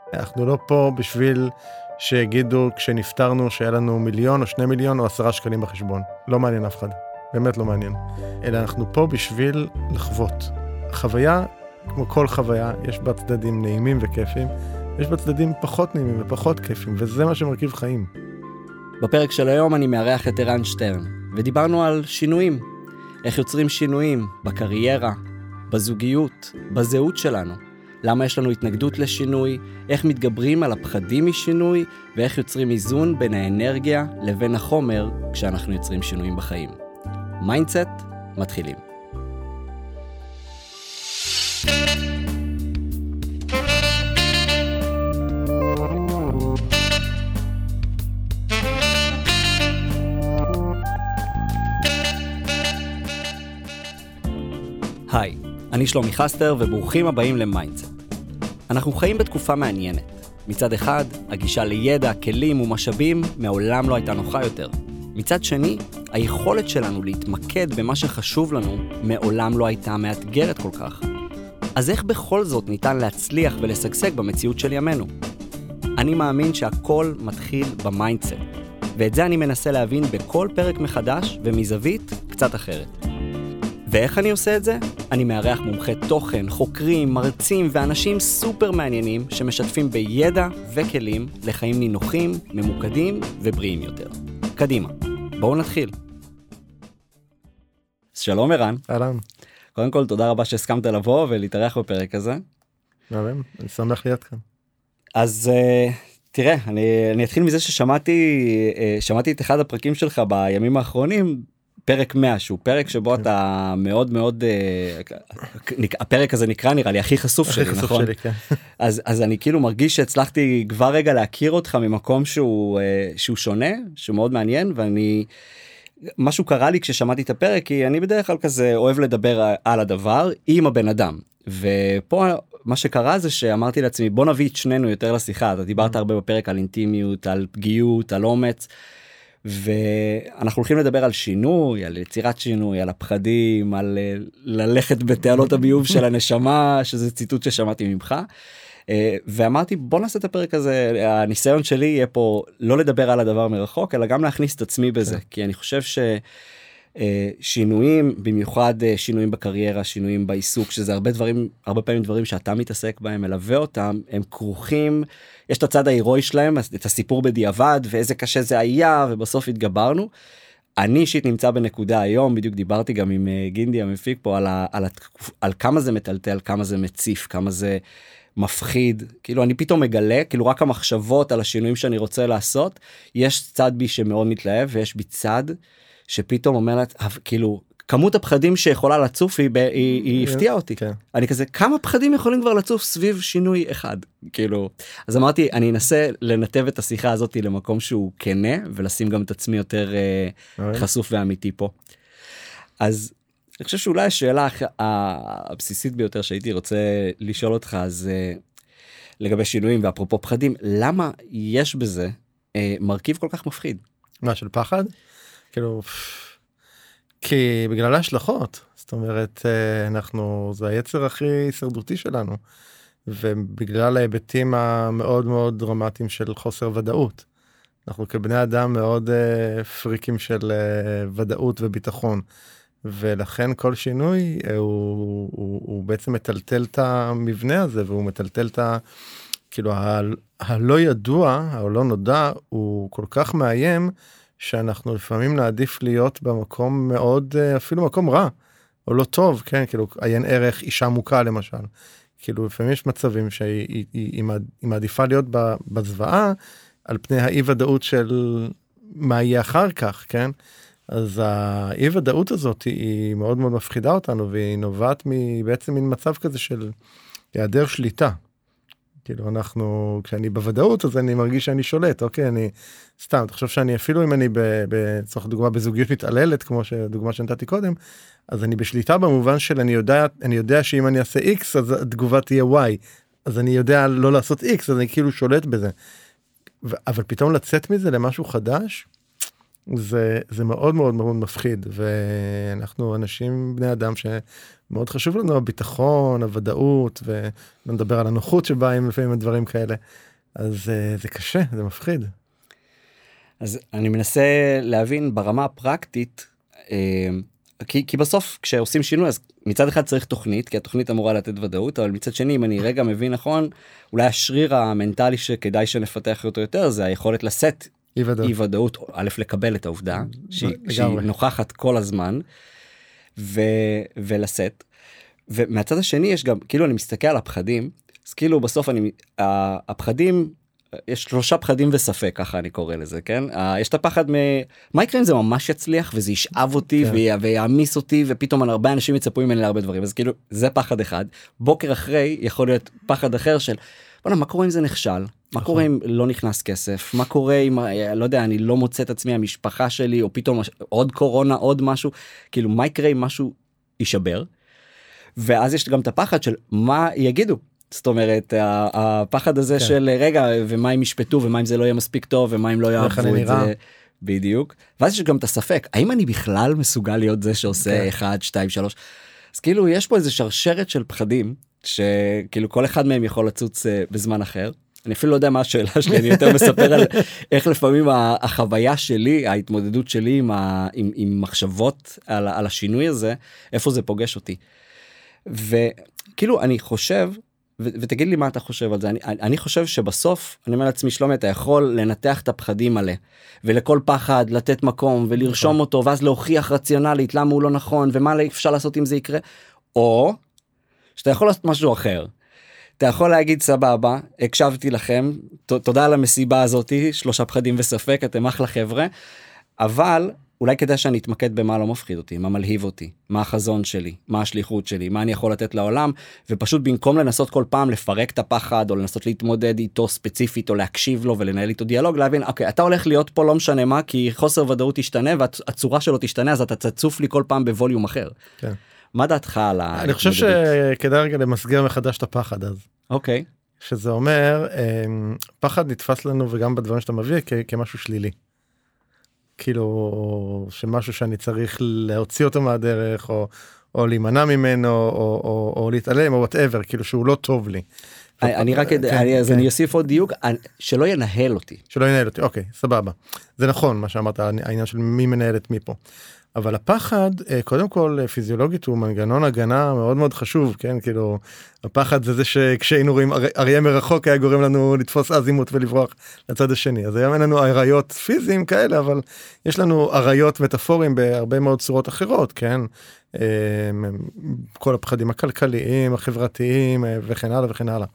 אנחנו לא פה בשביל שיגידו כשנפטרנו שהיה לנו 1,000,000 או 2 מיליון או 10 שקלים בחשבון. לא מעניין אף אחד, באמת לא מעניין. אלא אנחנו פה בשביל לחוות. חוויה, כמו כל חוויה, יש בה צדדים נעימים וכיפים, יש בה צדדים פחות נעימים ופחות כיפים, וזה מה שמרכיב חיים. בפרק של היום אני מארח את ערן שטרן, ודיברנו על שינויים. איך יוצרים שינויים בקריירה, בזוגיות, בזהות שלנו. למה יש לנו התנגדות לשינוי, איך מתגברים על הפחדים משינוי, ואיך יוצרים איזון בין האנרגיה לבין החומר כשאנחנו יוצרים שינויים בחיים. מיינדסט, מתחילים. היי, אני שלומי חסטר וברוכים הבאים למיינדסט. אנחנו חיים בתקופה מעניינת. מצד אחד, הגישה לידע, כלים ומשאבים מעולם לא הייתה נוחה יותר. מצד שני, היכולת שלנו להתמקד במה שחשוב לנו מעולם לא הייתה מאתגרת כל כך. אז איך בכל זאת ניתן להצליח ולשגשג במציאות של ימינו? אני מאמין שהכל מתחיל במיינדסט, ואת זה אני מנסה להבין בכל פרק מחדש ומזווית קצת אחרת. ואיך אני עושה את זה? אני מארח מומחי תוכן, חוקרים, מרצים ואנשים סופר מעניינים שמשתפים בידע וכלים לחיים נינוחים, ממוקדים ובריאים יותר. קדימה, בואו נתחיל. שלום ערן. אהלן. קודם כל תודה רבה שהסכמת לבוא ולהתארח בפרק הזה. אהלן, אני שמח להיות כאן. אז תראה, אני אתחיל מזה ששמעתי את אחד הפרקים שלך בימים האחרונים, פרק 100, שהוא פרק שבו אתה מאוד מאוד, הפרק הזה נקרא נראה לי הכי חשוף שלי, נכון? אז אני כאילו מרגיש שהצלחתי כבר רגע להכיר אותך ממקום שהוא שונה, שהוא מאוד מעניין, משהו קרה לי כששמעתי את הפרק, כי אני בדרך כלל כזה אוהב לדבר על הדבר עם הבן אדם, ופה מה שקרה זה שאמרתי לעצמי, בוא נביא את שנינו יותר לשיחה. אתה דיברת הרבה בפרק על אינטימיות, על פגיעות, על אומץ, ואנחנו הולכים לדבר על שינוי, על יצירת שינוי, על הפחדים, על ללכת בתעלות הביוב של הנשמה, שזה ציטוט ששמעתי ממך. ואמרתי, בוא נעשה את הפרק הזה, הניסיון שלי יהיה פה לא לדבר על הדבר מרחוק, אלא גם להכניס את עצמי בזה, כי אני חושב ששינויים, במיוחד שינויים בקריירה, שינויים בעיסוק, שזה הרבה פעמים דברים שאתה מתעסק בהם, מלווה אותם, הם כרוכים, יש את הצד ההירואי שלהם, את הסיפור בדיעבד, ואיזה קשה זה היה, ובסוף התגברנו. אני אישית נמצא בנקודה היום, בדיוק דיברתי גם עם גינדי המפיק פה, על כמה זה מטלטל, כמה זה מציף, כמה זה מפחיד. כאילו אני פתאום מגלה, כאילו רק המחשבות על השינויים שאני רוצה לעשות, יש צד בי שמאוד מתלהב, ויש בי צד שפתאום אומרת, כאילו, כמות הפחדים שיכולה לצוף היא הפתיעה אותי. אני כזה, כמה פחדים יכולים כבר לצוף סביב שינוי אחד? כאילו, אז אמרתי, אני אנסה לנתב את השיחה הזאת למקום שהוא כנה, ולשים גם את עצמי יותר חשוף ואמיתי פה. אז אני חושב שאולי השאלה הבסיסית ביותר שהייתי רוצה לשאול אותך, אז לגבי שינויים ואפרופו פחדים, למה יש בזה מרכיב כל כך מפחיד? מה, של פחד? כאילו, כי בגלל ההשלכות, זאת אומרת, זה היצר הכי הישרדותי שלנו, ובגלל ההיבטים המאוד מאוד דרמטיים של חוסר ודאות. אנחנו כבני אדם מאוד פריקים של ודאות וביטחון, ולכן כל שינוי הוא בעצם מטלטל את המבנה הזה, והוא מטלטל את כאילו, הלא ידוע, או לא נודע, הוא כל כך מאיים, שאנחנו לפעמים נעדיף להיות במקום מאוד, אפילו מקום רע, או לא טוב, כן, כאילו, עיין ערך אישה מוכה למשל. כאילו, לפעמים יש מצבים שהיא מעדיפה להיות בזוועה, על פני האי-ודאות של מה יהיה אחר כך, כן? אז האי-ודאות הזאת היא מאוד מאוד מפחידה אותנו, והיא נובעת בעצם מן מצב כזה של היעדר שליטה. כאילו אנחנו, כשאני בוודאות, אז אני מרגיש שאני שולט, אוקיי, אני סתם, תחשוב שאני אפילו אם אני בצורך דוגמה בזוגיות מתעללת, כמו שדוגמה שנתתי קודם, אז אני בשליטה במובן של אני יודע שאם אני אעשה X, אז התגובה תהיה Y, אז אני יודע לא לעשות X, אז אני כאילו שולט בזה. אבל פתאום לצאת מזה למשהו חדש, זה מאוד מאוד מאוד מפחיד, ואנחנו אנשים, בני אדם, שמאוד חשוב לנו הביטחון, הוודאות, ונדבר על הנוחות שבאים לפעמים הדברים כאלה. אז זה קשה, זה מפחיד. אז אני מנסה להבין ברמה הפרקטית, כי בסוף כשעושים שינוי, אז מצד אחד צריך תוכנית, כי התוכנית אמורה לתת ודאות, אבל מצד שני, אם אני רגע מבין נכון, אולי השריר המנטלי שכדאי שנפתח אותו יותר, זה היכולת לשאת אי ודאות, א', לקבל את העובדה, שהיא נוכחת כל הזמן, ולשאת. ומהצד השני יש גם, כאילו אני מסתכל על הפחדים, אז כאילו בסוף הפחדים, יש 3 פחדים וספק, ככה אני קורא לזה, כן? יש את הפחד מה יקרה אם זה ממש יצליח, וזה ישאב אותי, ויעמיס אותי, ופתאום הרבה אנשים יצפו ממני להרבה דברים, אז כאילו, זה פחד אחד. בוקר אחרי, יכול להיות פחד אחר של, מה קורה אם זה נכשל? מה קורה אם לא נכנס כסף? מה קורה אם, לא יודע, אני לא מוצא את עצמי, המשפחה שלי, או פתאום עוד קורונה, עוד משהו, כאילו, מה יקרה אם משהו יישבר? ואז יש גם את הפחד של מה יגידו. זאת אומרת, הפחד הזה של רגע, ומה אם ישפטו, ומה אם זה לא יהיה מספיק טוב, ומה אם לא יאהבו את זה. בדיוק. ואז יש גם את הספק, האם אני בכלל מסוגל להיות זה שעושה 1, 2, 3? אז כאילו, יש פה איזו שרשרת של פחדים, שכאילו כל אחד מהם יכול לצוץ בזמן אחר. אני אפילו לא יודע מה השאלה שלי, אני יותר מספר על איך לפעמים החוויה שלי, ההתמודדות שלי עם מחשבות על השינוי הזה, איפה זה פוגש אותי. וכאילו, אני חושב, ותגיד לי מה אתה חושב על זה, אני חושב שבסוף, אני אומר לעצמי, שלומי, אתה יכול לנתח את הפחדים מלא, ולכל פחד לתת מקום, ולרשום אותו, ואז להוכיח רציונלית למה הוא לא נכון, ומה אפשר לעשות אם זה יקרה, או שאתה יכול לעשות משהו אחר. אתה יכול להגיד, סבבה, הקשבתי לכם, תודה על המסיבה הזאת, 3 פחדים וספק, אתם אחלה חבר'ה, אבל אולי כדאי שאני אתמקד במה לא מפחיד אותי, מה מלהיב אותי, מה החזון שלי, מה השליחות שלי, מה אני יכול לתת לעולם, ופשוט במקום לנסות כל פעם לפרק את הפחד, או לנסות להתמודד איתו ספציפית, או להקשיב לו ולנהל איתו דיאלוג, להבין, אוקיי, אתה הולך להיות פה לא משנה מה, כי חוסר ודאות תשתנה, והצורה שלו תשתנה, אז אתה תצוף לי כל פעם בווליום אחר. כן. מה דעתך על אני חושב שכדאי רגע למסגר מחדש את הפחד אז. אוקיי. שזה אומר, פחד נתפס לנו וגם בדברים שאתה מביא כמשהו שלילי. כאילו, שמשהו שאני צריך להוציא אותו מהדרך, או להימנע ממנו, או להתעלם, או whatever, כאילו שהוא לא טוב לי. אני רק, אז אני אוסיף עוד דיוק, שלא ינהל אותי. שלא ינהל אותי, אוקיי, סבבה. זה נכון מה שאמרת, העניין של מי מנהל את מי פה. אבל הפחד, קודם כל, פיזיולוגית הוא מנגנון הגנה מאוד מאוד חשוב, כן? כאילו, הפחד זה שכשהיינו רואים אריה מרחוק, היה גורם לנו לתפוס אזימות ולברוח לצד השני. אז היום אין לנו אריות פיזיים כאלה, אבל יש לנו אריות מטאפוריים בהרבה מאוד צורות אחרות, כן? כל הפחדים הכלכליים, החברתיים, וכן הלאה וכן הלאה.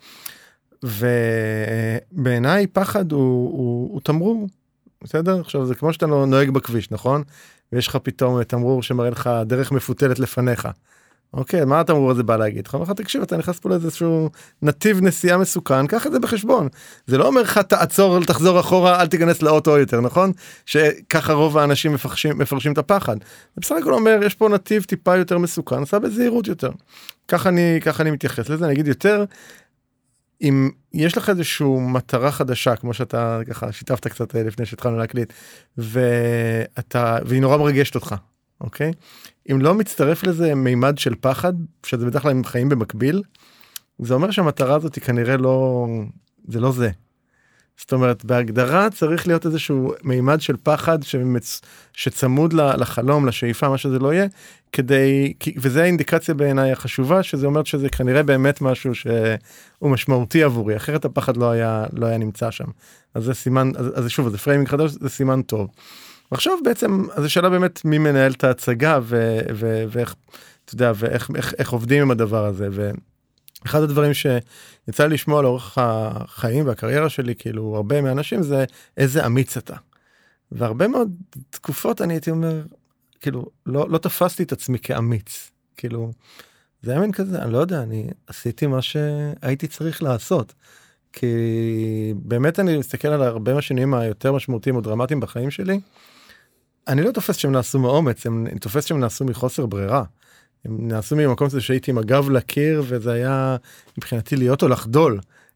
ובעיניי פחד הוא תמרור, בסדר? עכשיו, זה כמו שאתה נוהג בכביש, נכון? ויש לך פתאום תמרור שמראה לך דרך מפותלת לפניך. אוקיי, מה התמרור הזה בא להגיד? לך, תקשיב, אתה נכנס פה לאיזשהו נתיב נסיעה מסוכן, קח את זה בחשבון. זה לא אומר לך, תעצור, תחזור אחורה, אל תיכנס לאוטו יותר, נכון? שככה רוב האנשים מפרשים את הפחד. זה בסך הכל אומר, יש פה נתיב טיפה יותר מסוכן, עשה בזהירות יותר. ככה אני מתייחס לזה, אני אגיד יותר, אם יש לך איזושהי מטרה חדשה, כמו שאתה ככה שיתפת קצת לפני שהתחלנו להקליט, והיא נורא מרגשת אותך, אוקיי? אם לא מצטרף לזה מימד של פחד, שזה בדרך כלל הם חיים במקביל, זה אומר שהמטרה הזאת היא כנראה לא, זה לא זה. זאת אומרת, בהגדרה צריך להיות איזשהו מימד של פחד שצמוד לחלום, לשאיפה, מה שזה לא יהיה, וזה האינדיקציה בעיניי החשובה, שזה אומר שזה כנראה באמת משהו שהוא משמעותי עבורי, אחרת הפחד לא היה נמצא שם. אז זה סימן, אז שוב, זה פריימינג חדש, זה סימן טוב. ועכשיו בעצם, אז השאלה באמת מי מנהל את ההצגה, ואיך, אתה יודע, ואיך עובדים עם הדבר הזה, אחד הדברים שיצא לי לשמוע לאורך החיים והקריירה שלי, כאילו הרבה מהאנשים זה איזה אמיץ אתה. והרבה מאוד תקופות אני הייתי אומר, כאילו לא תפסתי את עצמי כאמיץ. כאילו, זה היה מין כזה, אני לא יודע, אני עשיתי מה שהייתי צריך לעשות. כי באמת אני מסתכל על הרבה מהשינויים היותר משמעותיים או דרמטיים בחיים שלי, אני לא תופס שהם נעשו מאומץ, אני תופס שהם נעשו מחוסר ברירה. הם נעשו ממקום הזה שהייתי עם הגב לקיר, וזה היה מבחינתי להיות או לחדול.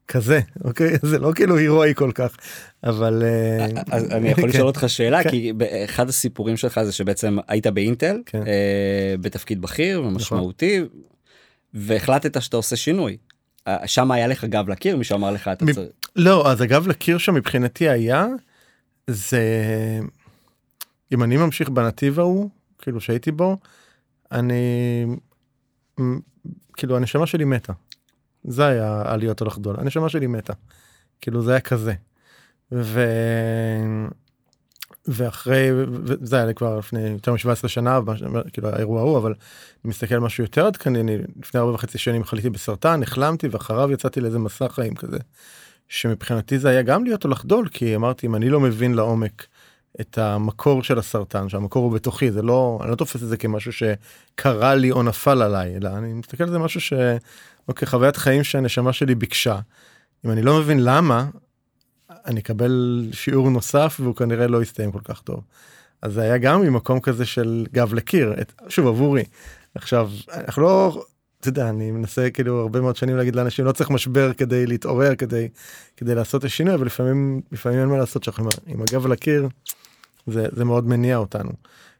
כזה, אוקיי? זה לא כאילו הירואי כל כך, אבל... אז אני יכול לשאול אותך שאלה, כי אחד הסיפורים שלך זה שבעצם היית באינטל, בתפקיד בכיר ומשמעותי, והחלטת שאתה עושה שינוי. שם היה לך גב לקיר, מישהו אמר לך אתה צריך... לא, אז הגב לקיר שם מבחינתי היה, זה... אם אני ממשיך בנתיב ההוא, כאילו שהייתי בו, כאילו הנשמה שלי מתה. זה היה עליות או לחדול. הנשמה שלי מתה. כאילו זה היה כזה. ואחרי, זה היה לי כבר לפני יותר מ-17 שנה, כאילו האירוע ההוא, אבל אני מסתכל על משהו יותר עדכני, אני לפני 4.5 שנים חליתי בסרטן, החלמתי, ואחריו יצאתי לאיזה מסע חיים כזה, שמבחינתי זה היה גם להיות או לחדול, כי אמרתי, אם אני לא מבין לעומק את המקור של הסרטן, שהמקור הוא בתוכי, זה לא, אני לא תופס את זה כמשהו שקרה לי או נפל עליי, אלא אני מסתכל על זה משהו אוקיי, חוויית חיים שהנשמה שלי ביקשה. אם אני לא מבין למה, אני אקבל שיעור נוסף, והוא כנראה לא יסתיים כל כך טוב. אז זה היה גם ממקום כזה של גב לקיר, שוב, עבורי. עכשיו, אנחנו לא, אתה יודע, אני מנסה כאילו הרבה מאוד שנים להגיד לאנשים, לא צריך משבר כדי להתעורר, כדי לעשות את השינוי, אבל לפעמים אין מה לעשות שאנחנו עם הגב לקיר, זה מאוד מניע אותנו.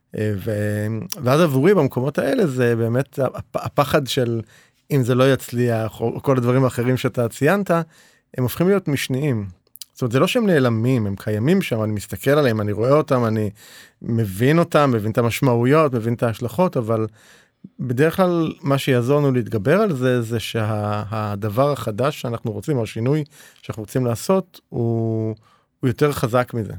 ואז עבורי במקומות האלה, זה באמת הפחד של, אם זה לא יצליח, או כל הדברים האחרים שאתה ציינת, הם הופכים להיות משניים. זאת אומרת, זה לא שהם נעלמים, הם קיימים שם, אני מסתכל עליהם, אני רואה אותם, אני מבין אותם, מבין את המשמעויות, מבין את ההשלכות, אבל בדרך כלל מה שיעזור לנו להתגבר על זה, זה שהדבר החדש שאנחנו רוצים, או השינוי שאנחנו רוצים לעשות, הוא יותר חזק מזה.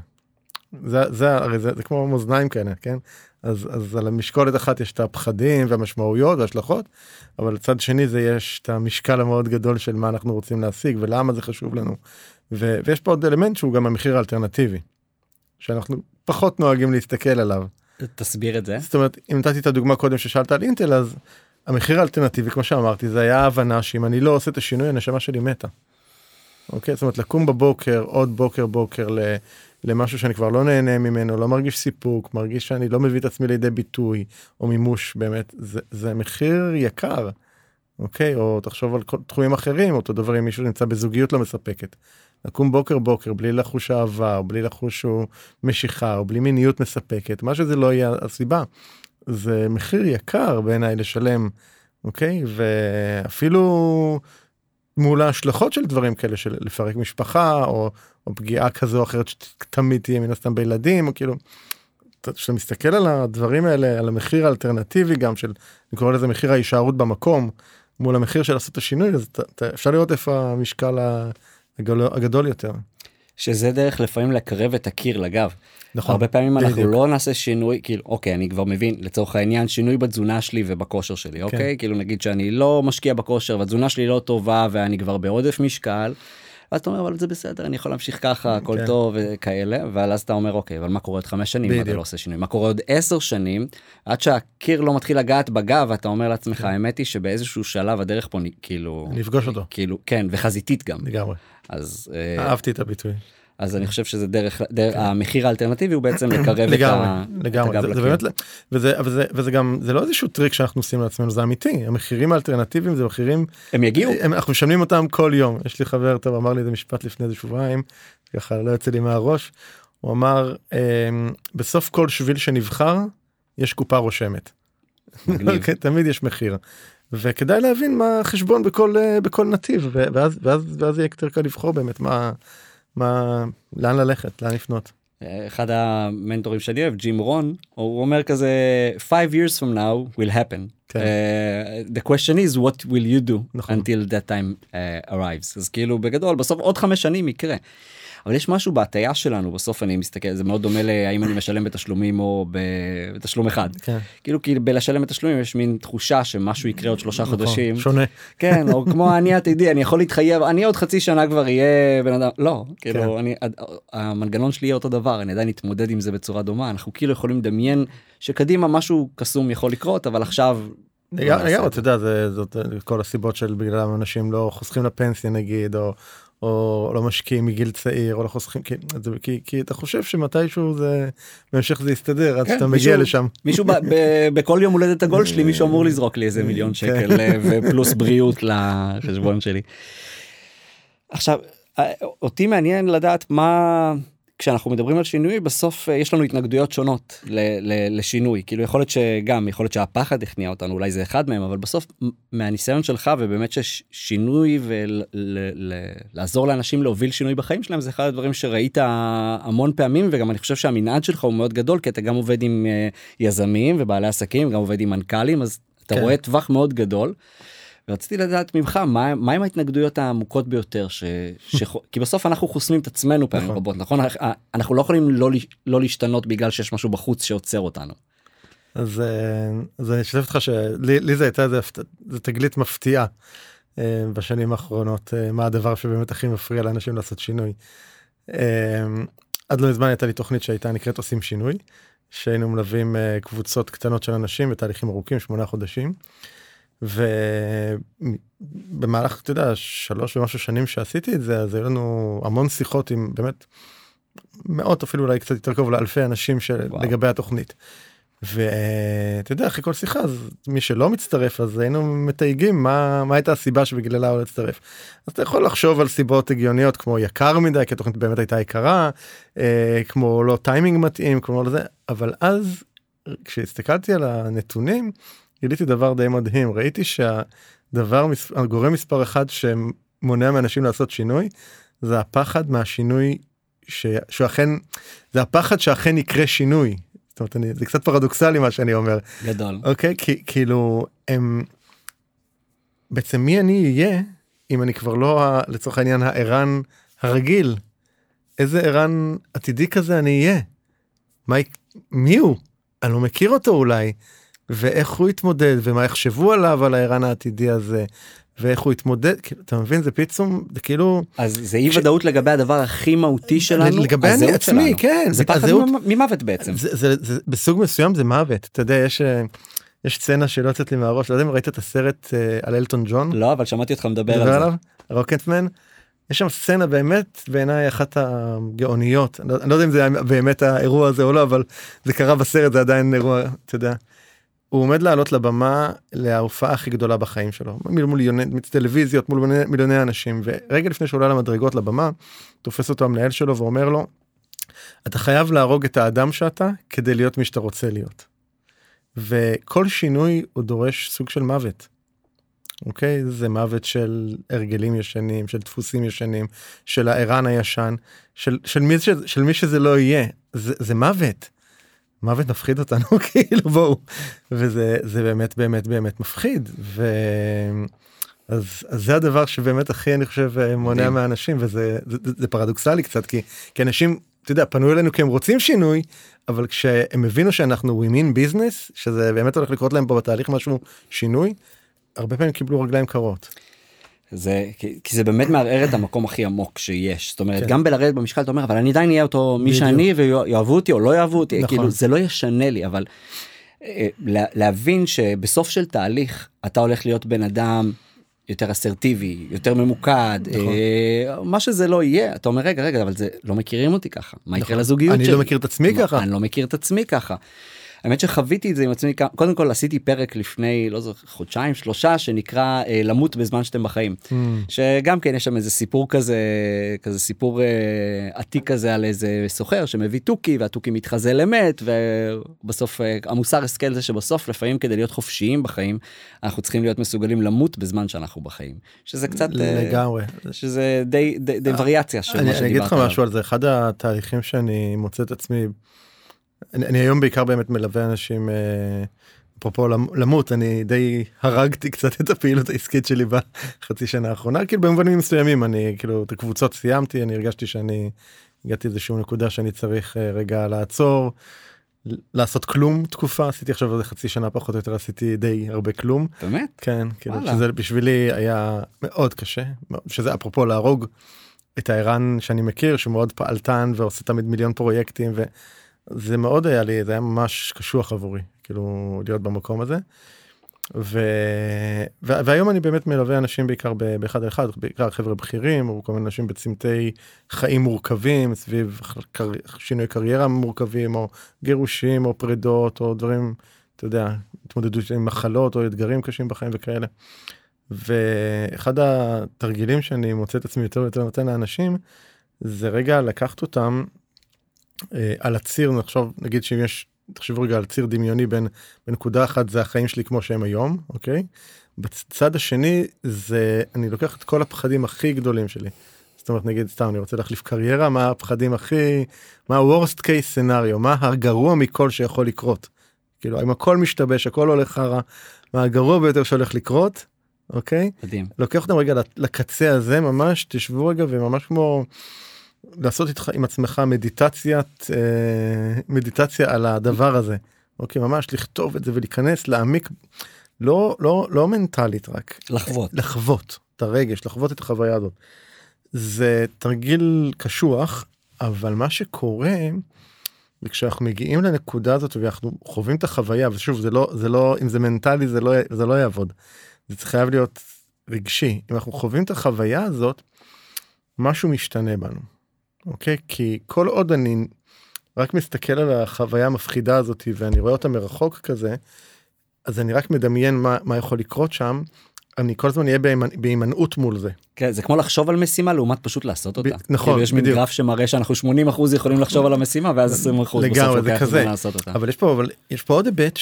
זה כמו מאזניים כאלה, כן? אז על המשקולת אחת יש את הפחדים והמשמעויות וההשלכות, אבל לצד שני זה יש את המשקל המאוד גדול של מה אנחנו רוצים להשיג, ולמה זה חשוב לנו. ויש פה עוד אלמנט שהוא גם המחיר האלטרנטיבי, שאנחנו פחות נוהגים להסתכל עליו. תסביר את זה. זאת אומרת, אם נתתי את הדוגמה קודם ששאלת על אינטל, אז המחיר האלטרנטיבי, כמו שאמרתי, זה היה ההבנה שאם אני לא עושה את השינוי, הנשמה שלי מתה. אוקיי? זאת אומרת, לקום בבוקר, עוד בוקר למשהו שאני כבר לא נהנה ממנו, לא מרגיש סיפוק, מרגיש שאני לא מביא את עצמי לידי ביטוי, או מימוש, באמת, זה מחיר יקר. אוקיי? או תחשוב על תחומים אחרים, אותו דבר אם מישהו נמצא בזוגיות לא מספקת. לקום בוקר, בלי לחוש אהבה, או בלי לחוש משיכה, או בלי מיניות מספקת, מה שזה לא יהיה הסיבה. זה מחיר יקר בעיניי לשלם, אוקיי? ואפילו מול ההשלכות של דברים כאלה, של לפרק משפחה, או פגיעה כזו או אחרת, שתמיד תהיה מן הסתם בילדים, או כאילו, כשאתה מסתכל על הדברים האלה, על המחיר האלטרנטיבי גם, אני קורא לזה מחיר ההישארות במקום, מול המחיר של לעשות את השינוי, אז אפשר לראות איפה המשקל הגדול יותר. שזה דרך לפעמים לקרב את הקיר לגב. נכון. הרבה פעמים אנחנו לא נעשה שינוי, כאילו, אוקיי, אני כבר מבין, לצורך העניין, שינוי בתזונה שלי ובכושר שלי, אוקיי? כאילו נגיד שאני לא משקיע בכושר, והתזונה שלי לא טובה, ואני כבר בעודף משקל, ואז אתה אומר, אבל זה בסדר, אני יכול להמשיך ככה, הכל טוב וכאלה, ואז אתה אומר, אוקיי, אבל מה קורה עוד 5 שנים, אם אתה לא עושה שינוי? מה קורה עוד 10 שנים, עד שהקיר לא מתחיל לגעת בגב, ואתה אומר לעצמך, האמת היא שבאיזשהו שלב הדרך פה, כאילו... נפגוש אותו. כאילו, כן, וחזיתית גם. לגמרי. אז... אהבתי את הביטוי. אז אני חושב שזה דרך, המחיר האלטרנטיבי הוא בעצם לקרב את הגב לקיר. וזה גם, זה לא איזשהו טריק שאנחנו עושים לעצמנו, זה אמיתי. המחירים האלטרנטיביים זה מחירים... הם יגיעו. אנחנו משלמים אותם כל יום. יש לי חבר טוב, אמר לי איזה משפט לפני איזה שבועיים, ככה לא יוצא לי מהראש. הוא אמר, בסוף כל שביל שנבחר, יש קופה רושמת. מגניב. תמיד יש מחיר. וכדאי להבין מה החשבון בכל נתיב, ואז יהיה יותר קל לבחור באמת לאן ללכת, לאן לפנות. אחד המנטורים שאני אוהב, ג'ים רון, הוא אומר כזה, 5 years from now will happen. The question is, what will you do until that time arrives? אז כאילו בגדול, בסוף עוד 5 שנים יקרה. אבל יש משהו בהטיה שלנו, בסוף אני מסתכל, זה מאוד דומה להאם אני משלם בתשלומים או בתשלום אחד. כאילו כי בלשלם בתשלומים יש מין תחושה שמשהו יקרה עוד 3 חודשים. שונה. כן, או כמו אני עתידי, אני יכול להתחייב, אני עוד חצי שנה כבר יהיה בן אדם, לא, כאילו המנגנון שלי יהיה אותו דבר, אני עדיין אתמודד עם זה בצורה דומה, אנחנו כאילו יכולים לדמיין שקדימה משהו קסום יכול לקרות, אבל עכשיו... לגמרי, אתה יודע, זאת כל הסיבות של בגלל אנשים לא חוסכים לפנסיה נגיד, או לא משקיעים מגיל צעיר, או לא חוסכים, כי אתה חושב שמתישהו זה, בהמשך זה יסתדר, עד שאתה מגיע לשם. מישהו בכל יום הולדת הגול שלי, מישהו אמור לזרוק לי איזה $1,000,000 ופלוס בריאות לחשבון שלי. עכשיו, אותי מעניין לדעת מה, כשאנחנו מדברים על שינוי, בסוף יש לנו התנגדויות שונות לשינוי. כאילו יכול להיות שהפחד הכניע אותנו, אולי זה אחד מהם, אבל בסוף מהניסיון שלך, ובאמת ששינוי ולעזור לאנשים להוביל שינוי בחיים שלהם, זה אחד הדברים שראית המון פעמים, וגם אני חושב שהמנעד שלך הוא מאוד גדול, כי אתה גם עובד עם יזמים ובעלי עסקים, גם עובד עם מנכ"לים, אז אתה רואה טווח מאוד גדול. ורציתי לדעת ממך, מה עם ההתנגדויות העמוקות ביותר, כי בסוף אנחנו חוסמים את עצמנו פעמים רבות, נכון? אנחנו לא יכולים לא להשתנות בגלל שיש משהו בחוץ שעוצר אותנו. אז אני אשתף אותך שלי זה הייתה זה תגלית מפתיעה בשנים האחרונות, מה הדבר שבאמת הכי מפריע לאנשים לעשות שינוי. עד לא מזמן הייתה לי תוכנית שהייתה נקראת עושים שינוי, שהיינו מלווים קבוצות קטנות של אנשים בתהליכים ארוכים, 8 חודשים, ובמהלך, אתה יודע, 3 ומשהו שנים שעשיתי את זה, אז היו לנו המון שיחות עם באמת מאות, אפילו אולי קצת יותר קרוב לאלפי אנשים לגבי התוכנית. ואתה יודע, אחרי כל שיחה, אז מי שלא מצטרף, אז היינו מתייגים מה הייתה הסיבה שבגללה הוא לא הצטרף. אז אתה יכול לחשוב על סיבות הגיוניות, כמו יקר מדי, כי התוכנית באמת הייתה יקרה, כמו לא טיימינג מתאים, כמו לא זה, אבל אז, כשהסתכלתי על הנתונים, גיליתי דבר די מדהים, ראיתי הגורם מספר אחד שמונע מאנשים לעשות שינוי, זה הפחד מהשינוי, זה הפחד שאכן יקרה שינוי. זאת אומרת, זה קצת פרדוקסלי מה שאני אומר. גדול. אוקיי? כאילו, בעצם מי אני אהיה, אם אני כבר לא, לצורך העניין, הערן הרגיל, איזה ערן עתידי כזה אני אהיה? מי הוא? אני לא מכיר אותו אולי. ואיך הוא יתמודד, ומה יחשבו עליו, על הערן העתידי הזה, ואיך הוא יתמודד, אתה מבין, זה פיצום, זה כאילו... אז זה אי ודאות לגבי הדבר הכי מהותי שלנו, לגבי אני עצמי, כן. זה פחד ממוות בעצם. בסוג מסוים זה מוות, אתה יודע, יש סצנה שלא יוצאת לי מהראש, לא יודע אם ראית את הסרט על אלטון ג'ון? לא, אבל שמעתי אותך מדבר על זה. רוקטמן, יש שם סצנה באמת, בעיניי אחת הגאוניות, אני לא יודע אם זה באמת האירוע הזה או לא, אבל זה קרה בסרט, זה עדיין אירוע, אתה יודע. הוא עומד לעלות לבמה להופעה הכי גדולה בחיים שלו, מול טלוויזיות, מול מיליוני אנשים, ורגע לפני שהוא עולה למדרגות לבמה, תופס אותו המנהל שלו ואומר לו, אתה חייב להרוג את האדם שאתה, כדי להיות מי שאתה רוצה להיות. וכל שינוי הוא דורש סוג של מוות. אוקיי? זה מוות של הרגלים ישנים, של דפוסים ישנים, של הערן הישן, של מי שזה לא יהיה. זה מוות. מוות מפחיד אותנו, כאילו בואו, וזה באמת באמת באמת מפחיד, אז זה הדבר שבאמת הכי אני חושב מונע מהאנשים, וזה פרדוקסלי קצת, כי אנשים, אתה יודע, פנו אלינו כי הם רוצים שינוי, אבל כשהם הבינו שאנחנו women business, שזה באמת הולך לקרות להם פה בתהליך משהו שינוי, הרבה פעמים קיבלו רגליים קרות. כי זה באמת מערער את המקום הכי עמוק שיש, זאת אומרת, גם בלרדת במשקל, אתה אומר, אבל אני עדיין אהיה אותו מי שאני, ויאהבו אותי או לא יאהבו אותי, כאילו זה לא ישנה לי, אבל להבין שבסוף של תהליך, אתה הולך להיות בן אדם יותר אסרטיבי, יותר ממוקד, מה שזה לא יהיה, אתה אומר, רגע, אבל זה לא מכירים אותי ככה, מה יקרה לזוגיות שלי? אני לא מכיר את עצמי ככה. אני לא מכיר את עצמי ככה. האמת שחוויתי את זה עם עצמי, קודם כל עשיתי פרק לפני, לא זוכר, 2-3 חודשים, שנקרא למות בזמן שאתם בחיים. שגם כן יש שם איזה סיפור כזה סיפור עתיק כזה על איזה סוחר שמביא טוקי, והטוקי מתחזה למת, ובסוף המוסר השכל זה שבסוף לפעמים כדי להיות חופשיים בחיים, אנחנו צריכים להיות מסוגלים למות בזמן שאנחנו בחיים. שזה קצת... לגמרי. שזה די וריאציה. אני אגיד לך משהו על זה, אחד התהליכים שאני מוצא את עצמי, אני היום בעיקר באמת מלווה אנשים, אפרופו למות, אני די הרגתי קצת את הפעילות העסקית שלי בחצי שנה האחרונה, כאילו במובנים מסוימים, אני כאילו את הקבוצות סיימתי, אני הרגשתי שאני הגעתי איזושהי נקודה שאני צריך רגע לעצור, לעשות כלום תקופה, עשיתי עכשיו איזה חצי שנה פחות או יותר, עשיתי די הרבה כלום. באמת? כן, כאילו שזה בשבילי היה מאוד קשה, שזה אפרופו להרוג את הערן שאני מכיר, שמאוד פעלתן ועושה תמיד מיליון פרויקטים זה מאוד היה לי, זה היה ממש קשוח עבורי, כאילו להיות במקום הזה. והיום אני באמת מלווה אנשים בעיקר באחד על אחד, בעיקר חבר'ה בכירים, או כל מיני אנשים בצמתי חיים מורכבים, סביב שינוי קריירה מורכבים, או גירושים, או פרידות, או דברים, אתה יודע, התמודדות עם מחלות, או אתגרים קשים בחיים וכאלה. ואחד התרגילים שאני מוצא את עצמי יותר ויותר נותן לאנשים, זה רגע לקחת אותם על הציר, נגיד שאם יש, תחשבו רגע על ציר דמיוני בנקודה אחת, זה החיים שלי כמו שהם היום, אוקיי? בצד השני, אני לוקח את כל הפחדים הכי גדולים שלי. זאת אומרת, נגיד, סתם, אני רוצה להחליף קריירה, מה הפחדים מה ה-worst case scenario, מה הגרוע מכל שיכול לקרות. כאילו, אם הכל משתבש, הכל הולך רע, מה הגרוע ביותר שהולך לקרות, אוקיי? מדהים. לוקח אותם רגע לקצה הזה, ממש, תשבו רגע, וממש כמו לעשות עם עצמך מדיטציה על הדבר הזה. אוקיי, ממש לכתוב את זה ולהיכנס, להעמיק, לא מנטלית רק. לחוות את הרגש, לחוות את החוויה הזאת. זה תרגיל קשוח, אבל מה שקורה, וכשאנחנו מגיעים לנקודה הזאת, ואנחנו חווים את החוויה, ושוב, זה לא, אם זה מנטלי, זה לא יעבוד. זה חייב להיות רגשי. אם אנחנו חווים את החוויה הזאת, משהו משתנה בנו. אוקיי? כי כל עוד אני רק מסתכל על החוויה המפחידה הזאת, ואני רואה אותה מרחוק כזה, אז אני רק מדמיין מה יכול לקרות שם, אני כל הזמן אהיה בהימנעות מול זה. כן, זה כמו לחשוב על משימה, לעומת פשט לעשות אותה. נכון, בדיוק. יש מין גרף שמראה שאנחנו 80% יכולים לחשוב על המשימה, ואז 20% בסוף לוקח זמן לעשות אותה. אבל יש פה עוד היבט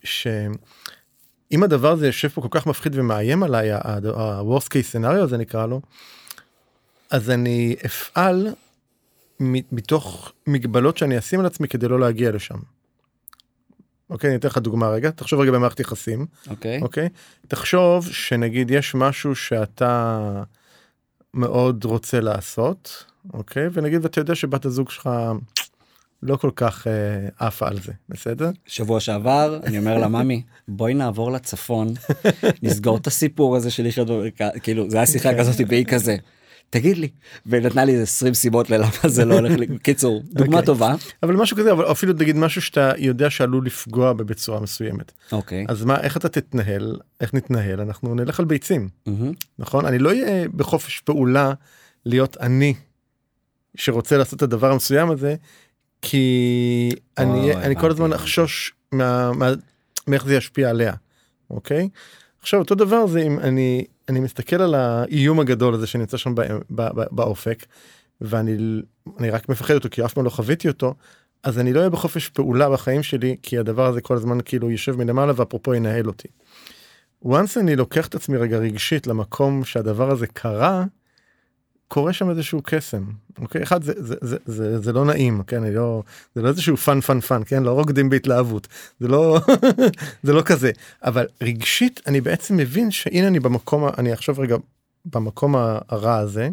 אם הדבר הזה יושב פה כל כך מפחיד ומאיים עליי, ה-worst case scenario הזה נקרא לו, אז אני אפעל מתוך מגבלות שאני אשים על עצמי כדי לא להגיע לשם. אוקיי, אני אתן לך דוגמה רגע, תחשוב רגע במערכת יחסים. אוקיי? תחשוב שנגיד יש משהו שאתה מאוד רוצה לעשות, אוקיי? ונגיד ואתה יודע שבת הזוג שלך לא כל כך עפה על זה, בסדר? שבוע שעבר, אני אומר לה, ממי, בואי נעבור לצפון, נסגור את הסיפור הזה של לחיות במרכז, כאילו, זה היה שיחה כזאת באי כזה. תגיד לי, ונתנה לי 20 סיבות ללמה זה לא הולך לי, קיצור, דוגמה טובה. אבל משהו כזה, אבל אפילו תגיד משהו שאתה יודע שעלול לפגוע בצורה מסוימת. אוקיי. אז איך אתה תתנהל, איך נתנהל? אנחנו נלך על ביצים, נכון? אני לא אהיה בחופש פעולה להיות אני שרוצה לעשות את הדבר המסוים הזה, כי אני כל הזמן אחשוש מאיך זה ישפיע עליה, אוקיי? עכשיו, אותו דבר זה אם אני מסתכל על האיום הגדול הזה שנמצא שם באופק, ואני רק מפחד אותו, כי אף פעם לא חוויתי אותו, אז אני לא אהיה בחופש פעולה בחיים שלי, כי הדבר הזה כל הזמן כאילו יושב מלמעלה, ואפרופו ינהל אותי. once אני לוקח את עצמי רגע רגשית למקום שהדבר הזה קרה, קורה שם איזשהו קסם, אוקיי? אחד, זה לא נעים, כן? זה לא איזשהו פן, כן? לא רוקדים בהתלהבות, זה לא כזה. אבל רגשית, אני בעצם מבין שהנה אני עכשיו רגע במקום הרע הזה,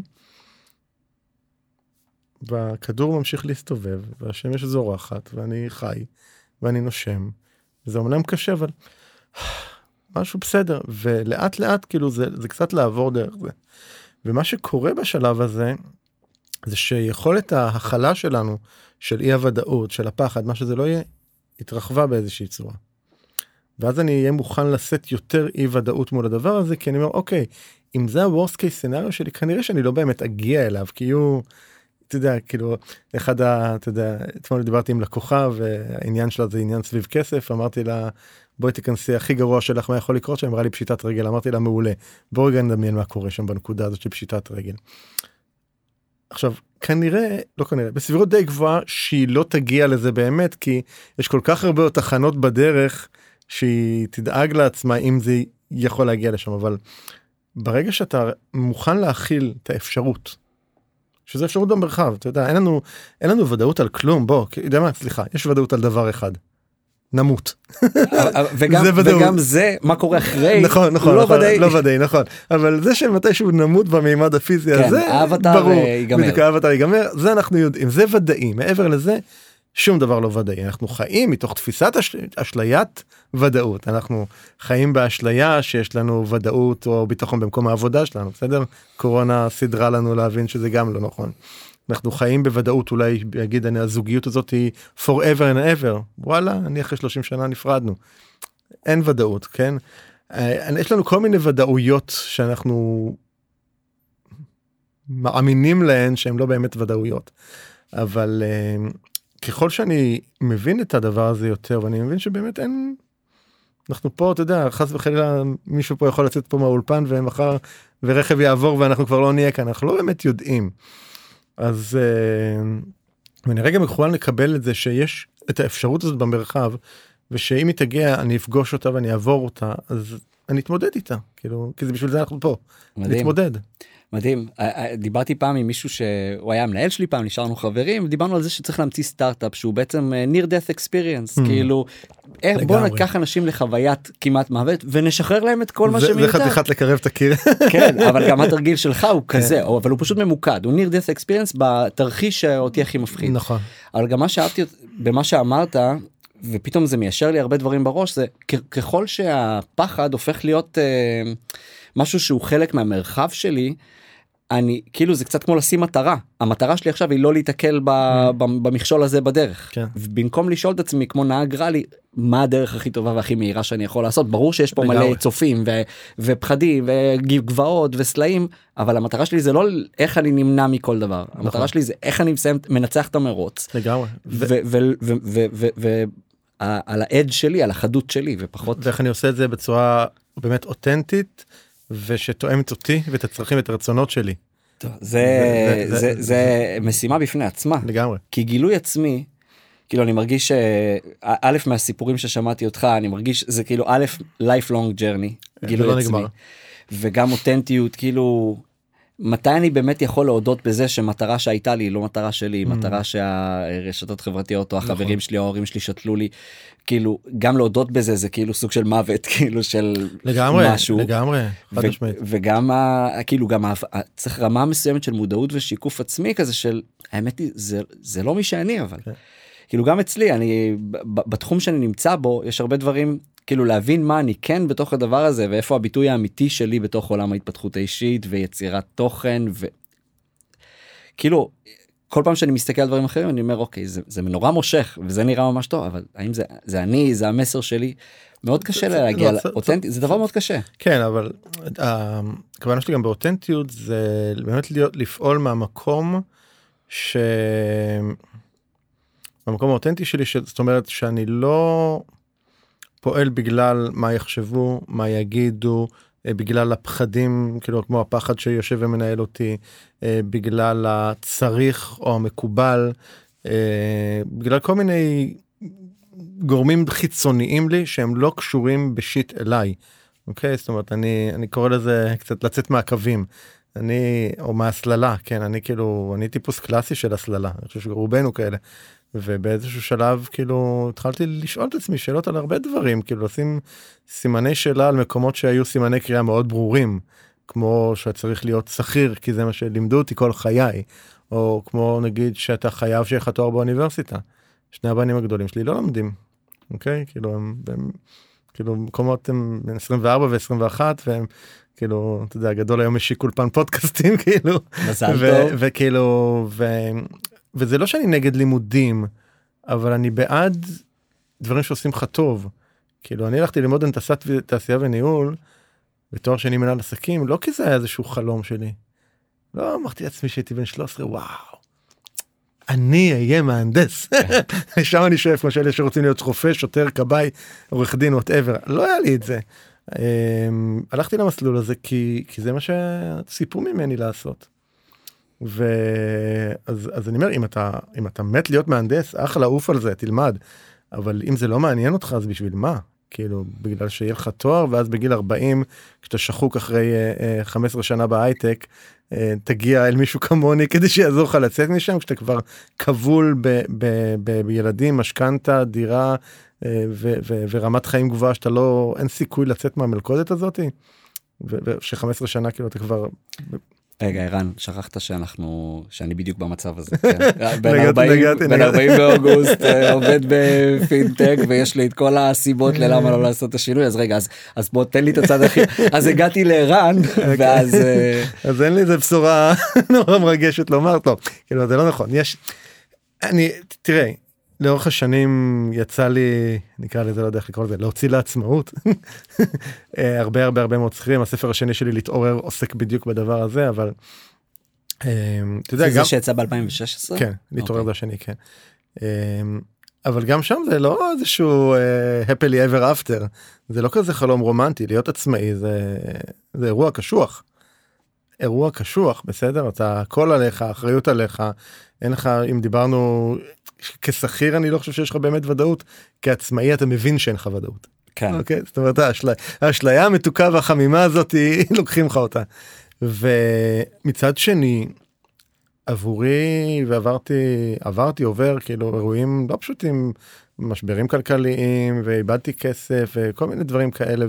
והכדור ממשיך להסתובב, והשמש זורחת, ואני חי, ואני נושם. זה אומנם קשה, אבל משהו בסדר. ולאט לאט, כאילו, זה קצת לעבור דרך זה. ומה שקורה בשלב הזה, זה שיכולת ההכלה שלנו, של אי הוודאות, של הפחד, מה שזה לא יהיה, התרחבה באיזושהי צורה. ואז אני אהיה מוכן לשאת יותר אי ודאות מול הדבר הזה, כי אני אומר, אוקיי, אם זה ה-worst case scenario שלי, כנראה שאני לא באמת אגיע אליו, כי יהיו, אתה יודע, כאילו, אתה יודע, אתמול דיברתי עם לקוחה, והעניין שלה זה עניין סביב כסף, אמרתי לה, בואי תכנסי, הכי גרוע שלך, מה יכול לקרות שם? אמרה לי פשיטת רגל, אמרתי לה, מעולה. בואו רגע נדמיין מה קורה שם בנקודה הזאת של פשיטת רגל. עכשיו, לא כנראה, בסבירות די גבוהה, שהיא לא תגיע לזה באמת, כי יש כל כך הרבה תחנות בדרך, שהיא תדאג לעצמה, אם זה יכול להגיע לשם, אבל ברגע שאתה מוכן להכיל את האפשרות, שזה אפשרות במרחב, אתה יודע, אין לנו ודאות על כלום, יודע מה, סליחה, יש ודאות על דבר אחד. נמות. וגם זה, מה קורה אחרי, נכון, לא ודאי, נכון. אבל זה שמתישהו נמות במימד הפיזי הזה, ברור, בדיוק האבטר ייגמר, זה אנחנו יודעים, זה ודאי, מעבר לזה, שום דבר לא ודאי. אנחנו חיים מתוך תפיסת אשליית ודאות, אנחנו חיים באשליה שיש לנו ודאות או ביטחון במקום העבודה שלנו, בסדר? קורונה סדרה לנו להבין שזה גם לא נכון. אנחנו חיים בוודאות, אולי יגיד, הזוגיות הזאת היא forever and ever. וואלה, אני אחרי 30 שנה נפרדנו. אין ודאות, כן? יש לנו כל מיני ודאויות שאנחנו מאמינים להן שהן לא באמת ודאויות. אבל ככל שאני מבין את הדבר הזה יותר, ואני מבין שבאמת אנחנו פה, אתה יודע, חס וחלילה מישהו פה יכול לצאת פה מהאולפן ומחר ורכב יעבור ואנחנו כבר לא נהיה כאן, אנחנו לא באמת יודעים. אז אני רגע מכוון לקבל את זה שיש את האפשרות הזאת במרחב, ושאם היא תגיע אני אפגוש אותה ואני אעבור אותה, אז אני אתמודד איתה, כאילו, כי זה בשביל זה אנחנו פה, להתמודד. מדהים, דיברתי פעם עם מישהו שהוא היה המנהל שלי פעם, נשארנו חברים, דיברנו על זה שצריך להמציא סטארט-אפ שהוא בעצם near death experience, כאילו, בואו ניקח אנשים לחוויית כמעט מוות, ונשחרר להם את כל מה שמיותר. זה חתיכת לקרב את הקיר. כן, אבל גם התרגיל שלך הוא כזה, אבל הוא פשוט ממוקד, הוא near death experience בתרחיש שאותי הכי מפחיד. נכון. אבל גם מה שאהבתי במה שאמרת, ופתאום זה מיישר לי הרבה דברים בראש, זה ככל שהפחד הופך להיות משהו שהוא חלק מהמרחב שלי, אני, כאילו זה קצת כמו לשים מטרה, המטרה שלי עכשיו היא לא להתקל במכשול הזה בדרך, במקום לשאול את עצמי כמו נהג רלי, מה הדרך הכי טובה והכי מהירה שאני יכול לעשות, ברור שיש פה מלא צופים ופחדים וגבעות וסלעים, אבל המטרה שלי זה לא איך אני נמנע מכל דבר, המטרה שלי זה איך אני מנצח את המרוץ, לגמרי, על האדג' שלי, על החדות שלי, ופחות... ואיך אני עושה את זה בצורה באמת אותנטית, ושתואמת אותי ואת הצרכים ואת הרצונות שלי. זה משימה בפני עצמה. לגמרי. כי גילוי עצמי, כאילו אני מרגיש א' מהסיפורים ששמעתי אותך, אני מרגיש, זה כאילו א', lifelong journey, גילוי עצמי. וגם אותנטיות, כאילו, מתי אני באמת יכול להודות בזה שמטרה שהייתה לי, לא מטרה שלי, מטרה שהרשתות חברתיות או החברים שלי או ההורים שלי שתלו לי, כאילו, גם להודות בזה זה כאילו סוג של מוות, כאילו של משהו. לגמרי, חד משמעית. וגם, כאילו, גם צריך רמה מסוימת של מודעות ושיקוף עצמי כזה של, האמת היא, זה לא מי שאני, אבל. כאילו, גם אצלי, בתחום שאני נמצא בו, יש הרבה דברים, כאילו להבין מה אני כן בתוך הדבר הזה, ואיפה הביטוי האמיתי שלי בתוך עולם ההתפתחות האישית, ויצירת תוכן, כאילו, כל פעם שאני מסתכל על דברים אחרים, אני אומר, אוקיי, זה נורא מושך, וזה נראה ממש טוב, אבל האם זה אני, זה המסר שלי, מאוד קשה להגיע לאותנטיות, זה דבר מאוד קשה. כן, אבל הכוונה שלי גם באותנטיות, זה באמת לפעול מהמקום במקום האותנטי שלי, זאת אומרת שאני לא פועל בגלל מה יחשבו, מה יגידו, בגלל הפחדים, כאילו כמו הפחד שיושב ומנהל אותי, בגלל הצריך או המקובל, בגלל כל מיני גורמים חיצוניים לי שהם לא קשורים בשיט אליי. אוקיי? זאת אומרת, אני קורא לזה קצת לצאת מהקווים. או מהסללה, כן, אני טיפוס קלאסי של הסללה, אני חושב שרובנו כאלה, ובאיזשהו שלב, כאילו, התחלתי לשאול את עצמי שאלות על הרבה דברים, כאילו, לשים סימני שאלה על מקומות שהיו סימני קריאה מאוד ברורים, כמו שצריך להיות שכיר, כי זה מה שלימדו אותי כל חיי, או כמו נגיד שאתה חייב שיהיה לך תואר באוניברסיטה. שני הבנים הגדולים שלי לא לומדים, אוקיי? כאילו, הם כאילו, מקומות הם בין 24 ו-21, והם כאילו, אתה יודע, גדול היום משיק אולפן פודקאסטים, כאילו. מזל טוב. וכאילו, וזה לא שאני נגד לימודים, אבל אני בעד דברים שעושים לך טוב. כאילו, אני הלכתי ללמוד הנדסת תעשייה וניהול, בתואר שני מנהל עסקים, לא כי זה היה איזשהו חלום שלי. לא אמרתי לעצמי שהייתי בן 13, וואו, אני אהיה מהנדס. שם אני שואף, כמו שאלה שרוצים להיות רופא, שוטר, כבאי, עורך דין, whatever. לא היה לי את זה. הלכתי למסלול הזה כי זה מה שסיפרו ממני לעשות. אז אני אומר, אם אתה מת להיות מהנדס, אחלה, עוף על זה, תלמד. אבל אם זה לא מעניין אותך, אז בשביל מה? כאילו, בגלל שיהיה לך תואר, ואז בגיל 40, כשאתה שחוק אחרי 15 שנה בהייטק, תגיע אל מישהו כמוני, כדי שיעזור לך לצאת משם, כשאתה כבר כבול בילדים, משכנתה, דירה, ורמת חיים גבוהה, שאתה לא, אין סיכוי לצאת מהמלכודת הזאת, ש15 שנה כאילו אתה כבר... רגע, ערן, שכחת שאני בדיוק במצב הזה. בין 40 באוגוסט, עובד בפינטק, ויש לי את כל הסיבות ללמה לא לעשות את השינוי, אז רגע, אז בוא תן לי את הצד הכי, אז הגעתי לערן, ואז... אז אין לי איזה בשורה נורא מרגשת לומר, טוב, כאילו זה לא נכון, תראה, לאורך השנים יצא לי, נקרא לזה, לא יודע איך לקרוא לזה, להוציא לעצמאות. הרבה מאוד שכירים. הספר השני שלי, להתעורר, עוסק בדיוק בדבר הזה, אבל... זה שיצא ב-2016? כן, להתעורר זה השני, כן. אבל גם שם זה לא איזשהו happily ever after, זה לא כזה חלום רומנטי, להיות עצמאי זה אירוע קשוח. אירוע קשוח, בסדר? אתה הכל עליך, אחריות עליך, אין לך, אם דיברנו כשכיר, אני לא חושב שיש לך באמת ודאות, כעצמאי אתה מבין שאין לך ודאות. כן. אוקיי? זאת אומרת, האשליה המתוקה והחמימה הזאת, לוקחים לך אותה. ומצד שני, עבורי, עובר, כאילו, אירועים לא פשוטים, משברים כלכליים, ואיבדתי כסף, וכל מיני דברים כאלה,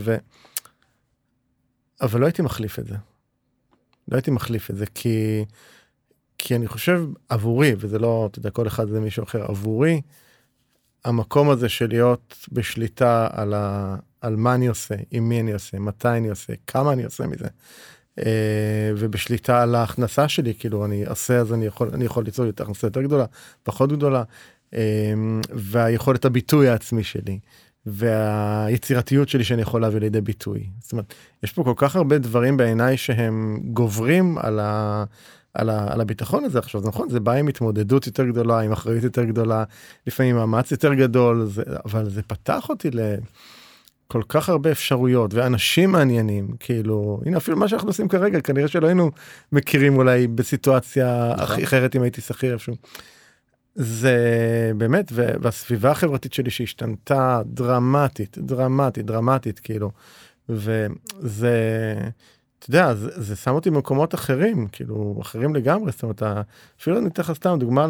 אבל לא הייתי מחליף את זה. לא הייתי מחליף את זה, כי אני חושב, עבורי, וזה לא, אתה יודע, כל אחד זה מישהו אחר, עבורי, המקום הזה של להיות בשליטה על מה אני עושה, עם מי אני עושה, מתי אני עושה, כמה אני עושה מזה, ובשליטה על ההכנסה שלי, כאילו אני עושה, אז אני יכול ליצור יותר הכנסה יותר גדולה, פחות גדולה, והיכולת הביטוי העצמי שלי, והיצירתיות שלי שאני יכול להביא לידי ביטוי. זאת אומרת, יש פה כל כך הרבה דברים בעיניי שהם גוברים על הביטחון הזה. עכשיו, נכון, זה בא עם התמודדות יותר גדולה, עם אחריות יותר גדולה, לפעמים מאמץ יותר גדול, אבל זה פתח אותי לכל כך הרבה אפשרויות, ואנשים מעניינים, כאילו, הנה, אפילו מה שאנחנו עושים כרגע, כנראה שלא היינו מכירים אולי בסיטואציה אחרת אם הייתי שכיר איפשהו. זה באמת, והסביבה החברתית שלי שהשתנתה דרמטית, כאילו, וזה, אתה יודע, זה שם אותי במקומות אחרים, כאילו, אחרים לגמרי, זאת אומרת, אפילו אני אתן לך סתם דוגמה,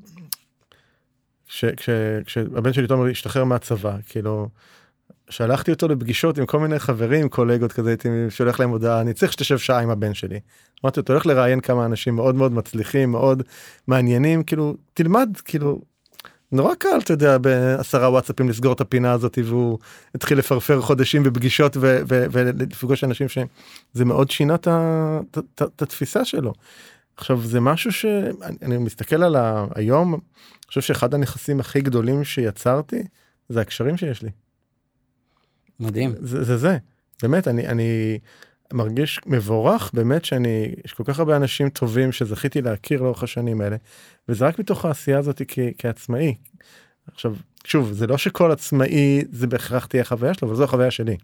כשהבן שלי תומר השתחרר מהצבא, כאילו, שלחתי אותו לפגישות עם כל מיני חברים, קולגות כזה, הייתי שולח להם הודעה, אני צריך שתשב שעה עם הבן שלי. אמרתי, אתה הולך לראיין כמה אנשים מאוד מאוד מצליחים, מאוד מעניינים, כאילו, תלמד, כאילו, נורא קל, אתה יודע, ב10 וואטסאפים לסגור את הפינה הזאת, והוא התחיל לפרפר חודשים בפגישות, ולפגוש אנשים שזה מאוד שינה את התפיסה שלו. עכשיו, זה משהו שאני מסתכל על היום, אני חושב שאחד הנכסים הכי גדולים שיצרתי, זה הקשרים שיש לי. מדהים. זה. באמת, אני מרגיש מבורך, באמת יש כל כך הרבה אנשים טובים שזכיתי להכיר לאורך השנים האלה, וזה רק מתוך העשייה הזאת כעצמאי. עכשיו, שוב, זה לא שכל עצמאי זה בהכרח תהיה חוויה שלו, אבל זו החוויה שלי.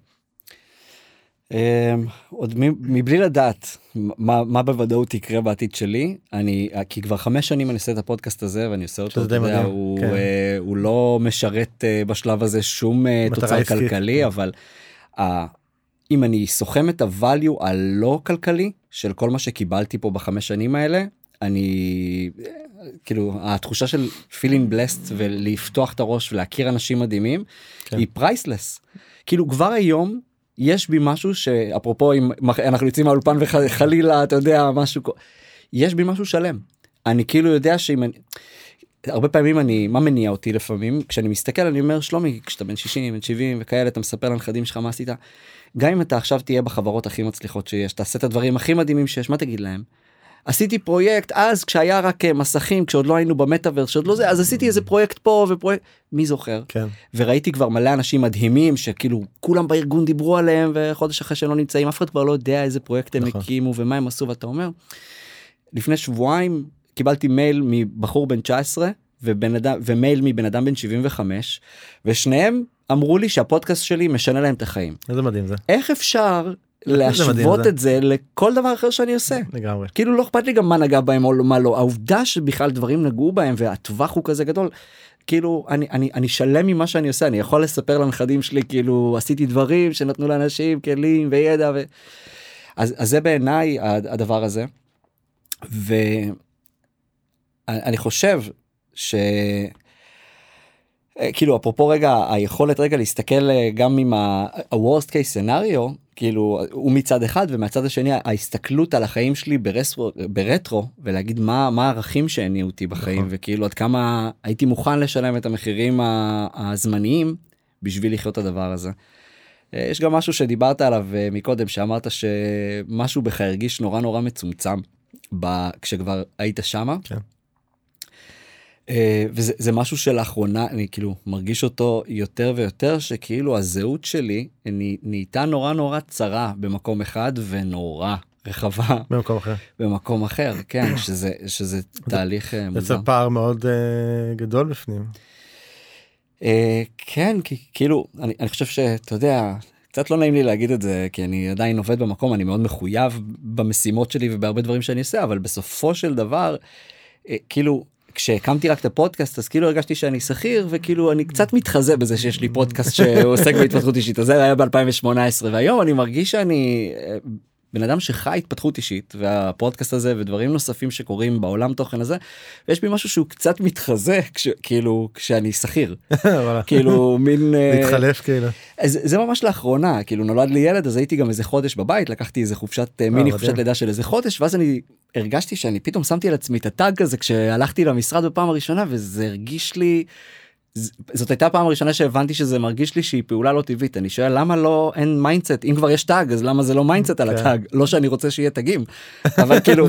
עוד מבלי לדעת מה בוודאות יקרה בעתיד שלי, כי כבר 5 שנים אני עושה את הפודקאסט הזה, ואני עושה אותו, אתה יודע, הוא לא משרת בשלב הזה שום תוצר כלכלי, אבל אם אני סוכם את הvalue הלא כלכלי של כל מה שקיבלתי פה ב5 שנים האלה, כאילו, התחושה של feeling blessed ולפתוח את הראש ולהכיר אנשים מדהימים, היא priceless. כאילו, כבר היום, יש בי משהו שאפרופו אם אנחנו יוצאים מהאולפן וחלילה אתה יודע משהו, יש בי משהו שלם. אני כאילו יודע שאם הרבה פעמים מה מניע אותי לפעמים כשאני מסתכל אני אומר שלומי, כשאתה בן 60 בן 70 וכאלה אתה מספר לנכדים שלך מה עשית, גם אם אתה עכשיו תהיה בחברות הכי מצליחות שיש, תעשה את הדברים הכי מדהימים שיש, מה תגיד להם? עשיתי פרויקט אז כשהיה רק מסכים, כשעוד לא היינו במטאברס, שעוד לא זה, אז עשיתי איזה פרויקט פה ופרויקט, מי זוכר? כן. וראיתי כבר מלא אנשים מדהימים שכאילו כולם בארגון דיברו עליהם, וחודש אחרי שהם לא נמצאים, אף אחד כבר לא יודע איזה פרויקט הם הקימו ומה הם עשו, ואתה אומר, לפני שבועיים קיבלתי מייל מבחור בן 19 ומייל מבן אדם בן 75, ושניהם אמרו לי שהפודקאסט שלי משנה להם את החיים. איזה מדהים זה. איך אפשר להשוות את זה לכל דבר אחר שאני עושה? לגמרי. כאילו לא אכפת לי גם מה נגע בהם או מה לא, העובדה שבכלל דברים נגעו בהם והטווח הוא כזה גדול, כאילו אני שלם ממה שאני עושה, אני יכול לספר לנכדים שלי כאילו עשיתי דברים שנתנו לאנשים כלים וידע אז זה בעיניי הדבר הזה. ואני חושב כאילו אפרופו רגע היכולת רגע להסתכל גם עם ה-worst case scenario, כאילו הוא מצד אחד, ומהצד השני ההסתכלות על החיים שלי ברטרו ולהגיד מה הערכים שהניעו אותי בחיים, וכאילו עד כמה הייתי מוכן לשלם את המחירים הזמניים בשביל לחיות את הדבר הזה. יש גם משהו שדיברת עליו מקודם, שאמרת שמשהו בך הרגיש נורא נורא מצומצם כשכבר היית שמה. כן. וזה משהו שלאחרונה אני כאילו מרגיש אותו יותר ויותר, שכאילו הזהות שלי נהייתה נורא נורא צרה במקום אחד ונורא רחבה במקום אחר, כן, שזה תהליך מוזר. זה פער מאוד גדול בפנים. כן, כאילו, אני חושב שאתה יודע, קצת לא נעים לי להגיד את זה, כי אני עדיין עובד במקום, אני מאוד מחויב במשימות שלי ובהרבה דברים שאני עושה, אבל בסופו של דבר, כאילו, כשהקמתי רק את הפודקאסט, אז כאילו הרגשתי שאני שכיר, וכאילו אני קצת מתחזה בזה שיש לי פודקאסט שעוסק בהתפתחות אישית, אז זה היה ב-2018, והיום אני מרגיש שאני בן אדם שחי התפתחות אישית, והפודקאסט הזה ודברים נוספים שקורים בעולם תוכן הזה, ויש בי משהו שהוא קצת מתחזה, כאילו, כשאני שכיר. כאילו, מין... להתחלף כאילו. זה ממש לאחרונה, כאילו נולד לי ילד, אז הייתי גם איזה חודש בבית, לקחתי איזה חופשת, מיני חופשת לידה של איזה חודש, ואז אני הרגשתי שאני פתאום שמתי על עצמי את הטאג הזה, כשהלכתי למשרד בפעם הראשונה, וזה הרגיש לי... זאת הייתה הפעם הראשונה שהבנתי שזה מרגיש לי שהיא פעולה לא טבעית. אני שואל למה לא אין מיינדסט, אם כבר יש טאג אז למה זה לא מיינדסט על הטאג? לא שאני רוצה שיהיה טאגים, אבל כאילו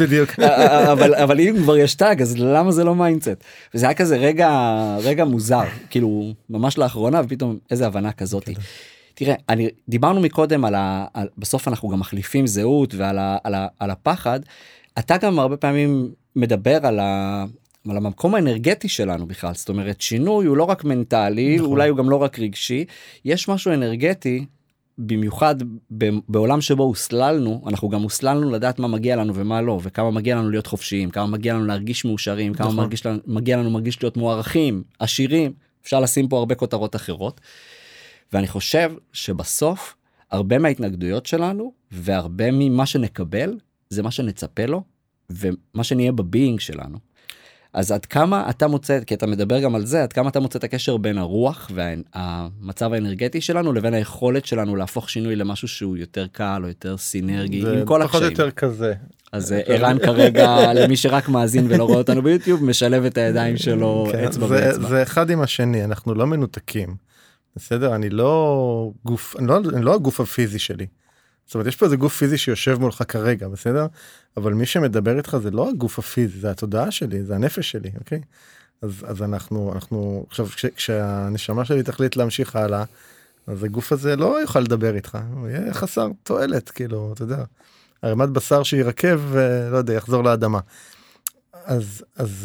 אבל אם כבר יש טאג אז למה זה לא מיינדסט? וזה היה כזה רגע מוזר, כאילו ממש לאחרונה, ופתאום איזה הבנה כזאת. תראה, דיברנו מקודם בסוף אנחנו גם מחליפים זהות ועל הפחד. אתה גם הרבה פעמים מדבר על המקום האנרגטי שלנו בכלל, זאת אומרת שינוי הוא לא רק מנטלי, אולי הוא גם לא רק רגשי, יש משהו אנרגטי, במיוחד בעולם שבו הוסללנו, אנחנו גם הוסללנו לדעת מה מגיע לנו ומה לא, וכמה מגיע לנו להיות חופשיים, כמה מגיע לנו להרגיש מאושרים, כמה מגיע לנו מרגיש להיות מוערכים, עשירים, אפשר לשים פה הרבה כותרות אחרות, ואני חושב שבסוף, הרבה מההתנגדויות שלנו, והרבה ממה שנקבל, זה מה שנצפה לו, ומה שנהיה בביינג שלנו. אז עד כמה אתה מוצא, כי אתה מדבר גם על זה, עד כמה אתה מוצא את הקשר בין הרוח והמצב האנרגטי שלנו, לבין היכולת שלנו להפוך שינוי למשהו שהוא יותר קל או יותר סינרגי, עם כל הקשיים. זה פחות יותר כזה. אז ערן כרגע, למי שרק מאזין ולא רואה אותנו ביוטיוב, משלב את הידיים שלו אצבע באצבע. זה אחד עם השני, אנחנו לא מנותקים. בסדר? אני לא הגוף הפיזי שלי. זאת אומרת, יש פה איזה גוף פיזי שיושב מולך כרגע, בסדר? אבל מי שמדבר איתך זה לא הגוף הפיזי, זה התודעה שלי, זה הנפש שלי, אוקיי? אז אנחנו, עכשיו, כשהנשמה שלי תחליט להמשיך הלאה, אז הגוף הזה לא יוכל לדבר איתך, הוא יהיה חסר תועלת, כאילו, אתה יודע, הרמת בשר שירקב, לא יודע, יחזור לאדמה. אז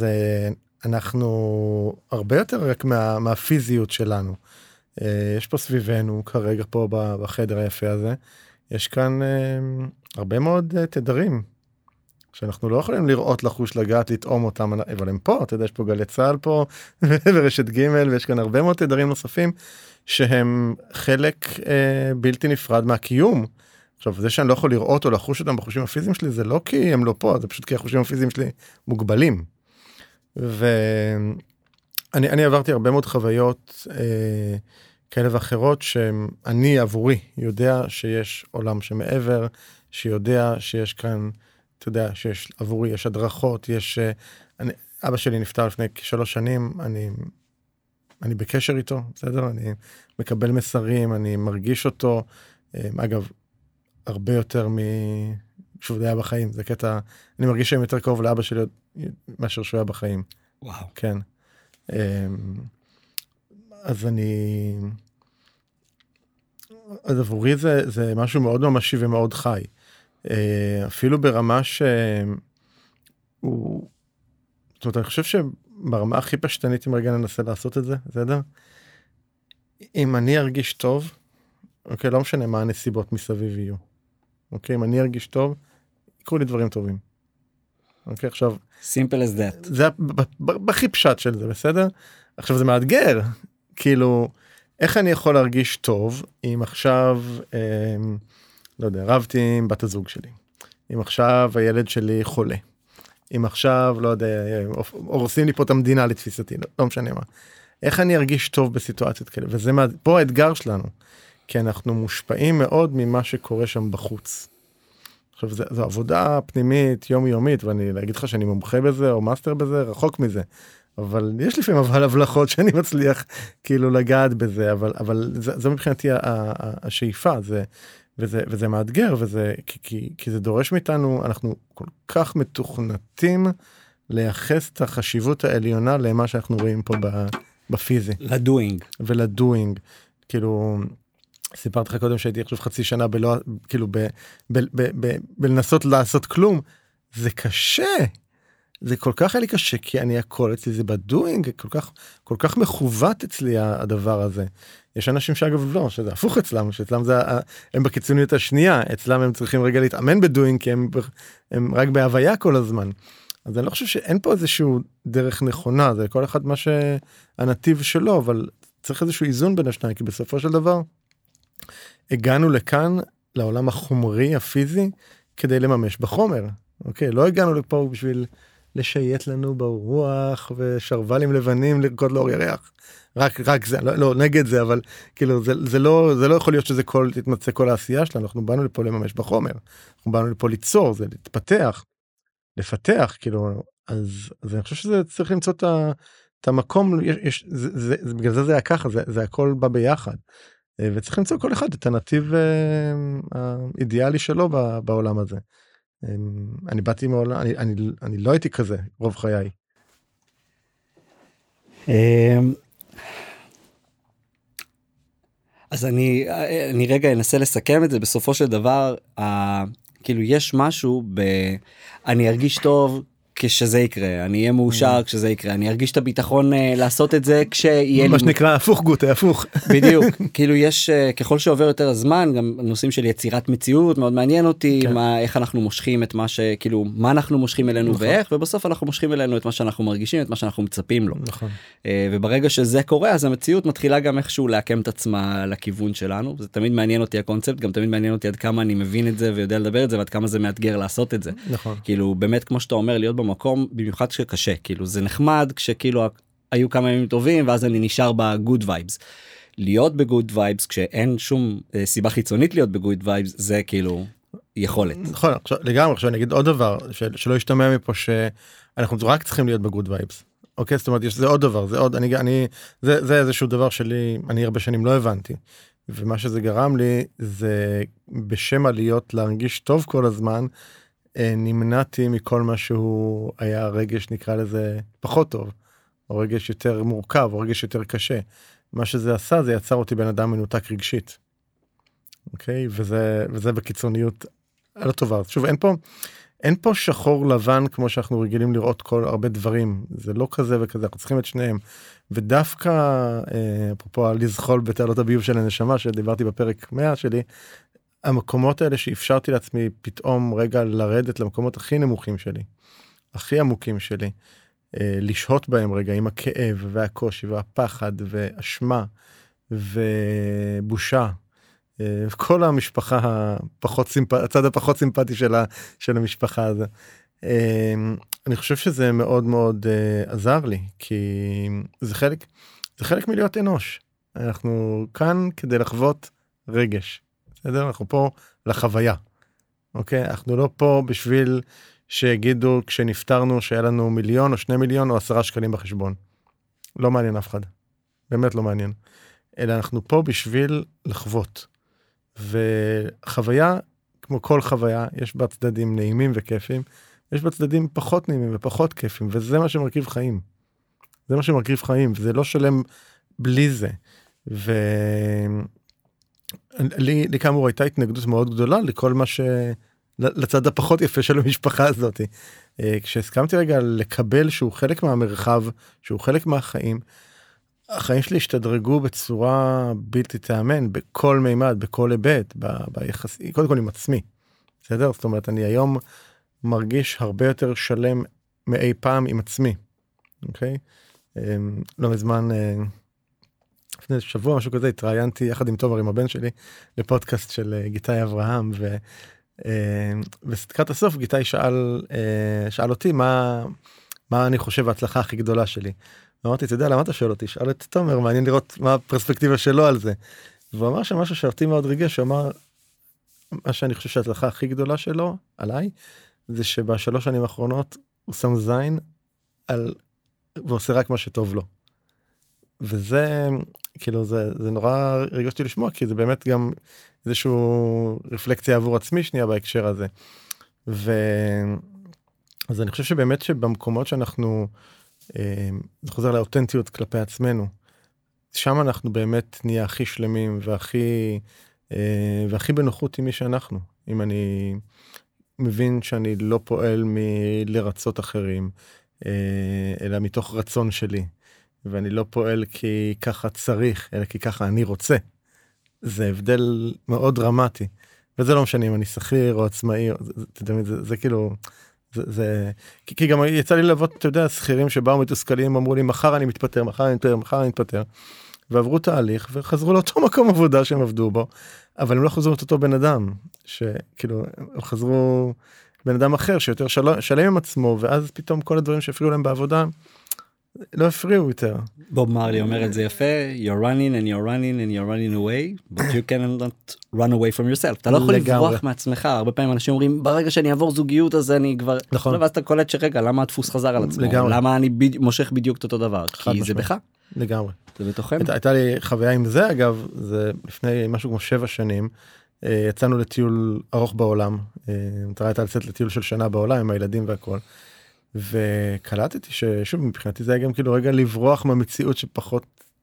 אנחנו הרבה יותר רק מהפיזיות שלנו. יש פה סביבנו, כרגע פה בחדר היפה הזה, יש כאן הרבה מאוד תדרים, שאנחנו לא יכולים לראות, לחוש, לגעת, לטעום אותם, אבל הם פה, אתה יודע, יש פה גלי צהל פה, ורשת ג' ויש כאן הרבה מאוד תדרים נוספים, שהם חלק בלתי נפרד מהקיום. עכשיו, זה שאני לא יכול לראות או לחוש אותם בחושים הפיזיים שלי, זה לא כי הם לא פה, זה פשוט כי החושים הפיזיים שלי מוגבלים. ואני עברתי הרבה מאוד חוויות כאלה ואחרות, שאני עבורי יודע שיש עולם שמעבר, שיודע שיש כאן, אתה יודע, שיש עבורי, יש הדרכות, יש, אבא שלי נפטר לפני 3 שנים, אני בקשר איתו, בסדר? אני מקבל מסרים, אני מרגיש אותו, אגב, הרבה יותר כשהוא היה בחיים, זה קטע, אני מרגיש שהם יותר קרוב לאבא שלי מאשר שהוא היה בחיים. וואו. כן. אז אז עבורי זה משהו מאוד ממשי ומאוד חי. אפילו ברמה זאת אומרת, אני חושב שברמה הכי פשטנית, אם רגע ננסה לעשות את זה, בסדר? אם אני ארגיש טוב, אוקיי, לא משנה מה הנסיבות מסביב יהיו. אוקיי, אם אני ארגיש טוב, יקרו לי דברים טובים. אוקיי, עכשיו... simple as that. זה בכי פשט של זה, בסדר? עכשיו זה מאתגר, כאילו, איך אני יכול להרגיש טוב, אם עכשיו, לא יודע, רבתי עם בת הזוג שלי, אם עכשיו הילד שלי חולה, אם עכשיו, לא יודע, הורסים לי פה את המדינה לתפיסתי, לא משנה מה. איך אני ארגיש טוב בסיטואציות כאלה? וזה פה האתגר שלנו, כי אנחנו מושפעים מאוד ממה שקורה שם בחוץ. עכשיו, זו עבודה פנימית, יומיומית, ואני להגיד לך שאני מומחה בזה, או מאסטר בזה, רחוק מזה. אבל יש לפעמים הבלחות שאני מצליח כאילו לגעת בזה, אבל זה מבחינתי השאיפה, וזה מאתגר, כי זה דורש מאיתנו, אנחנו כל כך מתוכנתים לייחס את החשיבות העליונה למה שאנחנו רואים פה בפיזי. לדוינג. ולדוינג. כאילו, סיפרתי לך קודם שהייתי עכשיו 0.5 שנה כאילו בלנסות לעשות כלום, זה קשה. זה כל כך היה לי קשה, כי אני הכל אצלי זה בדואינג, כל כך מכוות אצלי הדבר הזה. יש אנשים שאגב לא, שזה הפוך אצלם, שאצלם הם בקיצוניות השנייה, אצלם הם צריכים רגע להתאמן בדואינג, כי הם רק בהוויה כל הזמן. אז אני לא חושב שאין פה איזשהו דרך נכונה, זה כל אחד מה שהנתיב שלו, אבל צריך איזשהו איזון בין השניים, כי בסופו של דבר, הגענו לכאן, לעולם החומרי, הפיזי, כדי לממש בחומר. אוקיי, לא הגענו לפה בשביל לשייט לנו ברוח, ושרבלים לבנים לרקוד לאור ירח. רק זה, לא נגד זה, אבל כאילו, זה לא יכול להיות שזה תתמצא כל העשייה שלנו, אנחנו באנו לפה לממש בחומר. אנחנו באנו לפה ליצור, זה להתפתח, לפתח, כאילו, אז אני חושב שזה צריך למצוא את המקום, בגלל זה היה ככה, זה הכל בא ביחד. וצריך למצוא כל אחד את הנתיב האידיאלי שלו בעולם הזה. אני באתי מעולם, אני לא הייתי כזה רוב חיי. אז אני רגע אנסה לסכם את זה. בסופו של דבר, כאילו יש משהו אני ארגיש טוב כשזה יקרה, אני אהיה מאושר כשזה יקרה, אני ארגיש את הביטחון לעשות את זה כשיהיה מה שנקרא הפוך גוטה, הפוך. בדיוק, כאילו יש, ככל שעובר יותר הזמן, גם נושאים של יצירת מציאות, מאוד מעניין אותי, איך אנחנו מושכים את מה כאילו, מה אנחנו מושכים אלינו ואיך, ובסוף אנחנו מושכים אלינו את מה שאנחנו מרגישים, את מה שאנחנו מצפים לו. נכון. וברגע שזה קורה, אז המציאות מתחילה גם איכשהו להקם את עצמה לכיוון שלנו, זה תמיד מעניין אותי הקונספט, גם תמיד מעניין אותי עד כמה אני מבין את זה ויודע לדבר את זה, ועד כמה זה מאתגר לעשות את זה. נכון. כאילו, באמת, כמו שאתה אומר, להיות במקום, במיוחד שקשה, כאילו, זה נחמד כשכאילו היו כמה ימים טובים, ואז אני נשאר בגוד וייבס. להיות בגוד וייבס, כשאין שום סיבה חיצונית להיות בגוד וייבס, זה כאילו יכולת. נכון, לגמרי, עכשיו אני אגיד עוד דבר, שלא ישתמע מפה שאנחנו רק צריכים להיות בגוד וייבס. אוקיי, זאת אומרת, זה עוד דבר, זה איזשהו דבר שלי, אני הרבה שנים לא הבנתי. ומה שזה גרם לי, זה בשם עליות להרגיש טוב כל הזמן, נמנעתי מכל מה שהוא היה רגש, נקרא לזה, פחות טוב, או רגש יותר מורכב, או רגש יותר קשה. מה שזה עשה, זה יצר אותי בן אדם מנותק רגשית. אוקיי? וזה בקיצוניות לא טובה. שוב, אין פה שחור לבן, כמו שאנחנו רגילים לראות הרבה דברים. זה לא כזה וכזה, אנחנו צריכים את שניהם. ודווקא, אפרופו לזחול בתעלות הביוב של הנשמה, שדיברתי בפרק 100 שלי, המקומות האלה שאפשרתי לעצמי פתאום רגע לרדת למקומות הכי נמוכים שלי, הכי עמוקים שלי, לשהות בהם רגע עם הכאב והקושי והפחד ואשמה ובושה, כל המשפחה הצד הפחות סימפטי של המשפחה הזו. אני חושב שזה מאוד מאוד עזר לי, כי זה חלק מלהיות אנוש. אנחנו כאן כדי לחוות רגש. בסדר? אנחנו פה לחוויה. אוקיי? אנחנו לא פה בשביל שיגידו כשנפטרנו שהיה לנו 1,000,000 או 2 מיליון או 10 שקלים בחשבון. לא מעניין אף אחד. באמת לא מעניין. אלא אנחנו פה בשביל לחוות. וחוויה, כמו כל חוויה, יש בה צדדים נעימים וכיפים, יש בה צדדים פחות נעימים ופחות כיפים, וזה מה שמרכיב חיים. זה מה שמרכיב חיים, וזה לא שלם בלי זה. לי כאמור הייתה התנגדות מאוד גדולה לכל מה לצד הפחות יפה של המשפחה הזאת. כשהסכמתי רגע לקבל שהוא חלק מהמרחב, שהוא חלק מהחיים, החיים שלי השתדרגו בצורה בלתי תאמן, בכל מימד, בכל היבט, ביחסי, קודם כל עם עצמי. בסדר? זאת אומרת, אני היום מרגיש הרבה יותר שלם מאי פעם עם עצמי. אוקיי? לא מזמן, לפני שבוע, משהו כזה, התראיינתי יחד עם תומר, עם הבן שלי, לפודקאסט של גיטאי אברהם, ובסתקרת הסוף גיטאי שאל אותי מה אני חושב ההצלחה הכי גדולה שלי. ואמרתי, אתה יודע, למה אתה שואל אותי? שאל את תומר, מעניין לראות מה הפרספקטיבה שלו על זה. והוא אמר שמשהו שאותי מאוד ריגש, הוא אמר, מה שאני חושב שההצלחה הכי גדולה שלו, עליי, זה ב3 שנים האחרונות, הוא שם זין ועושה רק מה שטוב לו. וזה, כאילו, זה נורא ריגשתי לשמוע, כי זה באמת גם איזשהו רפלקציה עבור עצמי שנייה בהקשר הזה. אז אני חושב שבאמת שבמקומות שאנחנו, זה חוזר לאותנטיות כלפי עצמנו, שם אנחנו באמת נהיה הכי שלמים והכי בנוחות עם מי שאנחנו. אם אני מבין שאני לא פועל מלרצות אחרים, אלא מתוך רצון שלי, ואני לא פועל כי ככה צריך, אלא כי ככה אני רוצה. זה הבדל מאוד דרמטי, וזה לא משנה אם אני שכיר או עצמאי, זה כאילו, כי גם יצא לי לעבוד, אתה יודע, שכירים שבאו מתוסכלים, אמרו לי, מחר אני מתפטר, מחר אני מתפטר, ועברו תהליך, וחזרו לאותו מקום עבודה שהם עבדו בו, אבל הם לא חזרו את אותו בן אדם, שכאילו, הם חזרו בן אדם אחר, שיותר שלם עם עצמו, ואז פתאום כל הדברים שהפריעו להם בעבודה, לא הפריעו יותר. בוב מרלי אומר את זה יפה, you're running and you're running and you're running away, but you cannot run away from yourself. אתה לא יכול לברוח מעצמך, הרבה פעמים אנשים אומרים, ברגע שאני אעבור זוגיות, אז אני כבר... נכון. ואז אתה קולט שרגע, למה הדפוס חזר על עצמו? לגמרי. למה אני מושך בדיוק את אותו דבר? כי זה בך. לגמרי. זה בתוכם. הייתה לי חוויה עם זה, אגב, זה לפני משהו כמו 7 שנים, יצאנו לטיול ארוך בעולם, המטרה הייתה לצאת לטיול של שנה בעולם, עם הילדים והכל. וקלטתי ששוב מבחינתי זה היה גם כאילו רגע לברוח מהמציאות שפחות,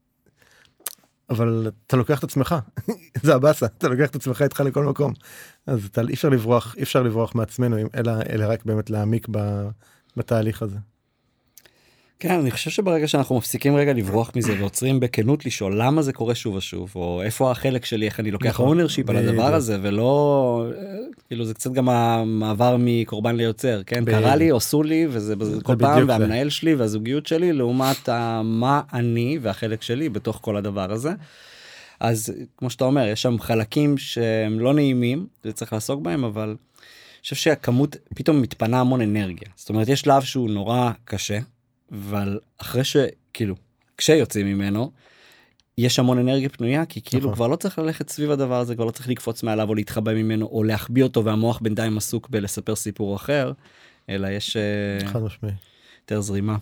אבל אתה לוקח את עצמך, זה הבאסה, אתה לוקח את עצמך איתך לכל מקום, אז אי אפשר לברוח מעצמנו, אלא רק באמת להעמיק בתהליך הזה. כן, אני חושב שברגע שאנחנו מפסיקים רגע לברוח מזה ועוצרים בכנות לשאול למה זה קורה שוב ושוב, או איפה החלק שלי, איך אני לוקח אונרשיפ על הדבר הזה, ולא, כאילו זה קצת גם המעבר מקורבן ליוצר, כן? קרה לי, עשו לי, וזה כל פעם, והמנהל שלי והזוגיות שלי, לעומת מה אני והחלק שלי בתוך כל הדבר הזה. אז כמו שאתה אומר, יש שם חלקים שהם לא נעימים, זה צריך לעסוק בהם, אבל אני חושב שהכמות פתאום מתפנה המון אנרגיה. זאת אומרת, יש שלב שהוא נורא קשה, אבל אחרי שכאילו, כשיוצאים ממנו, יש המון אנרגיה פנויה, כי כאילו כבר לא צריך ללכת סביב הדבר הזה, כבר לא צריך לקפוץ מעליו או להתחבא ממנו, או להחביא אותו והמוח בינתיים עסוק בלספר סיפור אחר, אלא יש יותר זרימה.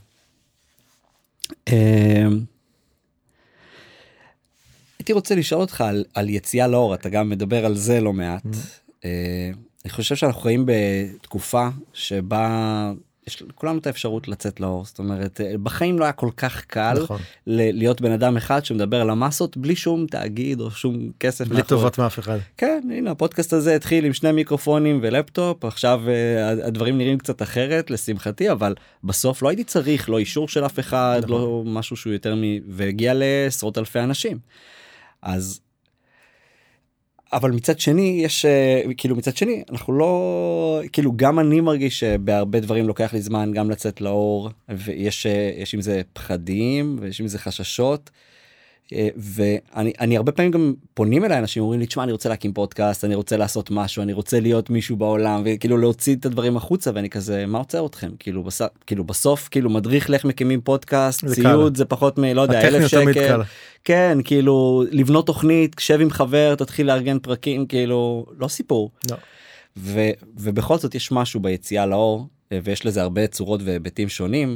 הייתי רוצה לשאול אותך על יציאה לאור, אתה גם מדבר על זה לא מעט. אני חושב שאנחנו חיים בתקופה שבה יש לכולנו את האפשרות לצאת לאור, זאת אומרת, בחיים לא היה כל כך קל להיות בן אדם אחד שמדבר על המסות בלי שום תאגיד או שום כסף. בלי טובות מאף אחד. כן, הנה, הפודקאסט הזה התחיל עם 2 מיקרופונים ולפטופ, עכשיו הדברים נראים קצת אחרת, לשמחתי, אבל בסוף לא הייתי צריך, לא אישור של אף אחד, לא משהו שהוא יותר והגיע לעשרות אלפי אנשים. אז אבל מצד שני, יש, כאילו מצד שני, אנחנו לא, כאילו גם אני מרגיש שבהרבה דברים לוקח לי זמן גם לצאת לאור, ויש עם זה פחדים, ויש עם זה חששות, ואני הרבה פעמים גם פונים אליי, אנשים אומרים לי, תשמע, אני רוצה להקים פודקאסט, אני רוצה לעשות משהו, אני רוצה להיות מישהו בעולם, וכאילו להוציא את הדברים החוצה, ואני כזה, מה עוצר אתכם? כאילו בסוף, כאילו מדריך לך מקימים פודקאסט, ציוד זה פחות לא יודע, 1,000 שקל. כן, כאילו, לבנות תוכנית, שב עם חבר, תתחיל לארגן פרקים, כאילו, לא סיפור. לא. ובכל זאת יש משהו ביציאה לאור, ויש לזה הרבה צורות והיבטים שונים,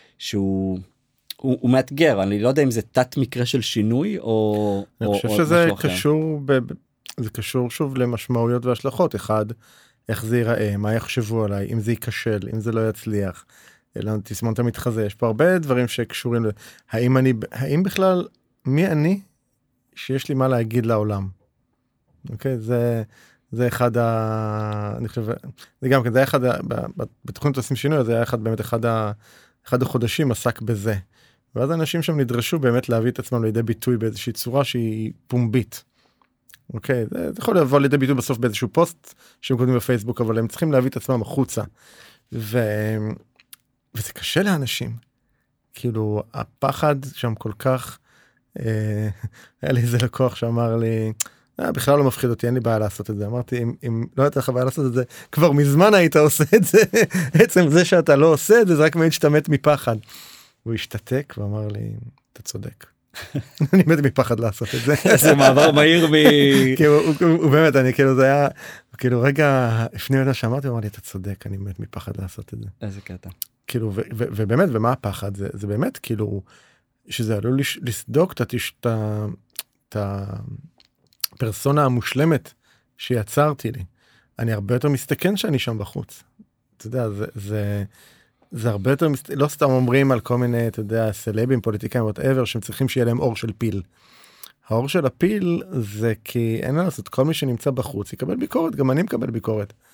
הוא מאתגר, אני לא יודע אם זה תת מקרה של שינוי, או אני חושב שזה קשור, זה קשור שוב למשמעויות והשלכות. אחד, איך זה ייראה, מה יחשבו עליי, אם זה ייכשל, אם זה לא יצליח, אלא תסמונת המתחזה, יש פה הרבה דברים שקשורים, האם בכלל, מי אני שיש לי מה להגיד לעולם? אוקיי, זה אחד אני חושב, זה גם כן, זה היה אחד, בתוכנית עושים שינוי, זה היה באמת אחד החודשים עסק בזה. ואז האנשים שם נדרשו באמת להביא את עצמם לידי ביטוי באיזושהי צורה שהיא פומבית. אוקיי, זה יכול לבוא לידי ביטוי בסוף באיזשהו פוסט שהם כותבים בפייסבוק, אבל הם צריכים להביא את עצמם החוצה. וזה קשה לאנשים. כאילו, הפחד שם כל כך, היה לי איזה לקוח שאמר לי, בכלל לא מפחיד אותי, אין לי בעיה לעשות את זה. אמרתי, אם לא הייתה לך בעיה לעשות את זה, כבר מזמן היית עושה את זה. עצם זה שאתה לא עושה את זה, זה רק מעיד שאתה מת מפחד. הוא השתתק ואמר לי, אתה צודק. אני מת מפחד לעשות את זה. זה מעבר מהיר הוא באמת, אני כאילו, זה היה, כאילו רגע, לפני מה שאמרתי, הוא אמר לי, אתה צודק, אני מת מפחד לעשות את זה. איזה קטע. כאילו, ובאמת, ומה הפחד? זה באמת, כאילו, שזה עלול לסדוק את הפרסונה המושלמת שיצרתי לי. אני הרבה יותר מסתכן שאני שם בחוץ. אתה יודע, זה הרבה יותר, לא סתם אומרים על כל מיני, אתה יודע, סלבים, פוליטיקאים, whatever, שהם צריכים שיהיה להם אור של פיל. האור של הפיל זה כי אין מה לעשות, כל מי שנמצא בחוץ יקבל ביקורת, גם אני מקבל ביקורת.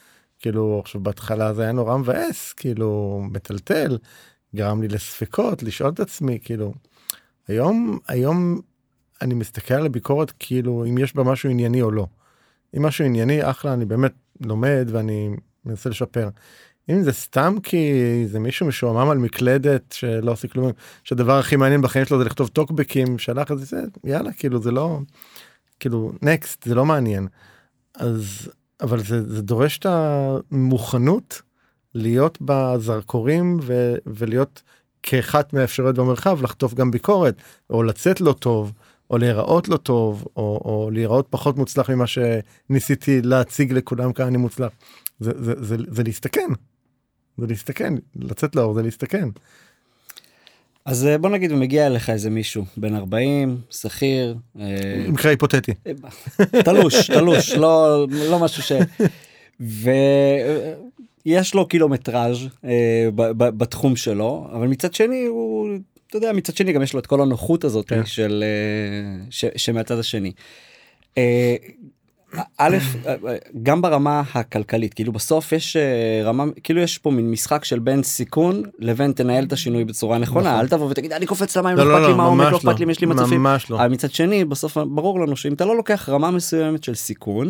כאילו, עכשיו בהתחלה זה היה נורא מבאס, כאילו, מטלטל, גרם לי לספקות, לשאול את עצמי, כאילו, היום אני מסתכל על הביקורת, כאילו, אם יש בה משהו ענייני או לא. אם משהו ענייני, אחלה, אני באמת לומד ואני מנסה לשפר. אם זה סתם כי זה מישהו משועמם על מקלדת שלא עושה כלום, שהדבר הכי מעניין בחיים שלו זה לכתוב טוקבקים, שלח את זה, יאללה, כאילו זה לא, כאילו, נקסט, זה לא מעניין. אז, אבל זה דורש את המוכנות להיות בזרקורים ולהיות כאחת מהאפשרויות במרחב, לחטוף גם ביקורת, או לצאת לא טוב, או להיראות לא טוב, או להיראות פחות מוצלח ממה שניסיתי להציג לכולם כאן אני מוצלח. זה להסתכן. זה להסתכן. לצאת לאור זה להסתכן. אז בוא נגיד, הוא מגיע אליך איזה מישהו, בן 40, שכיר. מקרה היפותטי. תלוש, לא משהו ש... ויש לו קילומטראז' בתחום שלו, אבל מצד שני הוא... אתה יודע, מצד שני גם יש לו את כל הנוחות הזאת של שמהצד השני. א', גם ברמה הכלכלית, כאילו בסוף יש רמה, כאילו יש פה מין משחק של בין סיכון לבין תנהל את השינוי בצורה נכונה, אל תבוא ותגיד, אני קופץ למים, לא אכפת לי מה עומק, לא אכפת לי, יש לי מצופים. אבל מצד שני, בסוף ברור לנו שאם אתה לא לוקח רמה מסוימת של סיכון,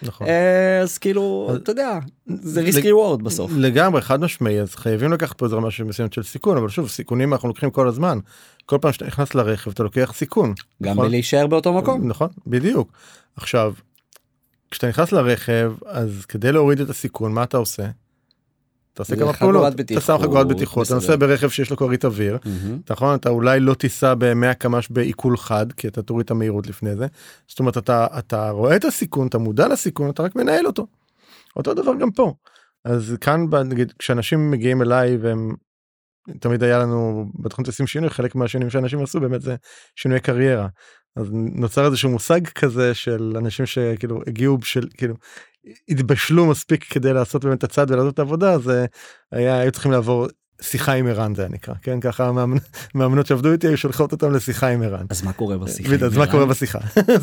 אז כאילו, אתה יודע, זה ריסקי וורד בסוף. לגמרי, חד משמעי, אז חייבים לקחת פה איזה רמה מסוימת של סיכון, אבל שוב, סיכונים אנחנו לוקחים כל הזמן. כל פעם שאתה נכנס לרכב, אתה לוקח סיכון. גם בלהישאר באותו מקום. נכון, בדיוק. עכשיו, כשאתה נכנס לרכב, אז כדי להוריד את הסיכון, מה אתה עושה? אתה עושה כמה פעולות. אתה שם חגורת בטיחות, אתה נוסע ברכב שיש לו כרית אוויר, נכון? אתה אולי לא תיסע ב-100 קמ"ש בעיכול חד, כי אתה תוריד את המהירות לפני זה. זאת אומרת, אתה רואה את הסיכון, אתה מודע לסיכון, אתה רק מנהל אותו. אותו דבר גם פה. אז כאן, נגיד, כשאנשים מגיעים אליי, והם, תמיד היה לנו, בתוכנית עושים שינוי, חלק מהשינויים שאנשים עשו, באמת זה שינוי קריירה. אז נוצר איזשהו מושג כזה של אנשים שכאילו הגיעו כאילו התבשלו מספיק כדי לעשות באמת את הצד ולעשות את העבודה, אז היו צריכים לעבור שיחה עם ערן, זה נקרא, כן? ככה המאמנות שעבדו איתי היו שולחות אותם לשיחה עם ערן. אז מה קורה בשיחה? אז מה קורה בשיחה?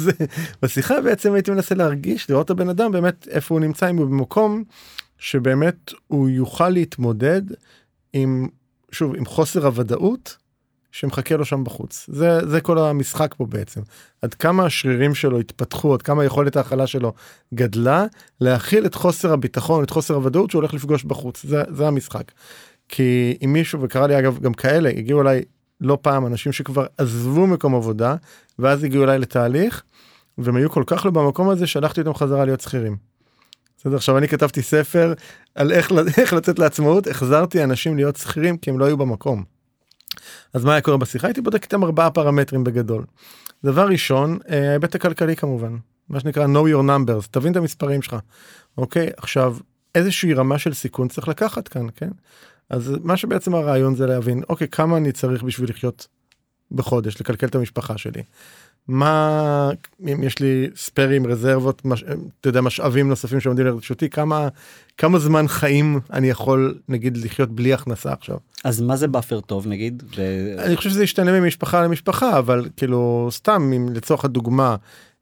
בשיחה בעצם הייתי מנסה להרגיש, לראות את הבן אדם באמת איפה הוא נמצא, אם הוא במקום שבאמת הוא יוכל להתמודד עם, שוב, עם חוסר הוודאות, שמחכה לו שם בחוץ. זה כל המשחק פה בעצם. עד כמה השרירים שלו התפתחו, עד כמה יכולת ההכלה שלו גדלה, להכיל את חוסר הביטחון, את חוסר הוודאות שהוא הולך לפגוש בחוץ. זה המשחק. כי אם מישהו, וקרא לי אגב גם כאלה, הגיעו אליי לא פעם אנשים שכבר עזבו מקום עבודה, ואז הגיעו אליי לתהליך, והם היו כל כך לא במקום הזה, שלחתי אותם חזרה להיות שכירים. בסדר, עכשיו אני כתבתי ספר על איך לצאת לעצמאות, החזרתי אנשים להיות שכירים, כי הם לא היו במקום. אז מה היה קורה בשיחה? הייתי בודק איתם 4 פרמטרים בגדול. דבר ראשון, ההיבט הכלכלי כמובן, מה שנקרא know your numbers, תבין את המספרים שלך. אוקיי, עכשיו, איזושהי רמה של סיכון צריך לקחת כאן, כן? אז מה שבעצם הרעיון זה להבין, אוקיי, כמה אני צריך בשביל לחיות בחודש, לקלקל את המשפחה שלי. מה, אם יש לי ספרים, רזרבות, אתה יודע, משאבים נוספים שעומדים לרשותי, כמה זמן חיים אני יכול, נגיד, לחיות בלי הכנסה עכשיו. אז מה זה באפר טוב, נגיד? אני חושב שזה ישתנה ממשפחה למשפחה, אבל כאילו, סתם, אם לצורך הדוגמה,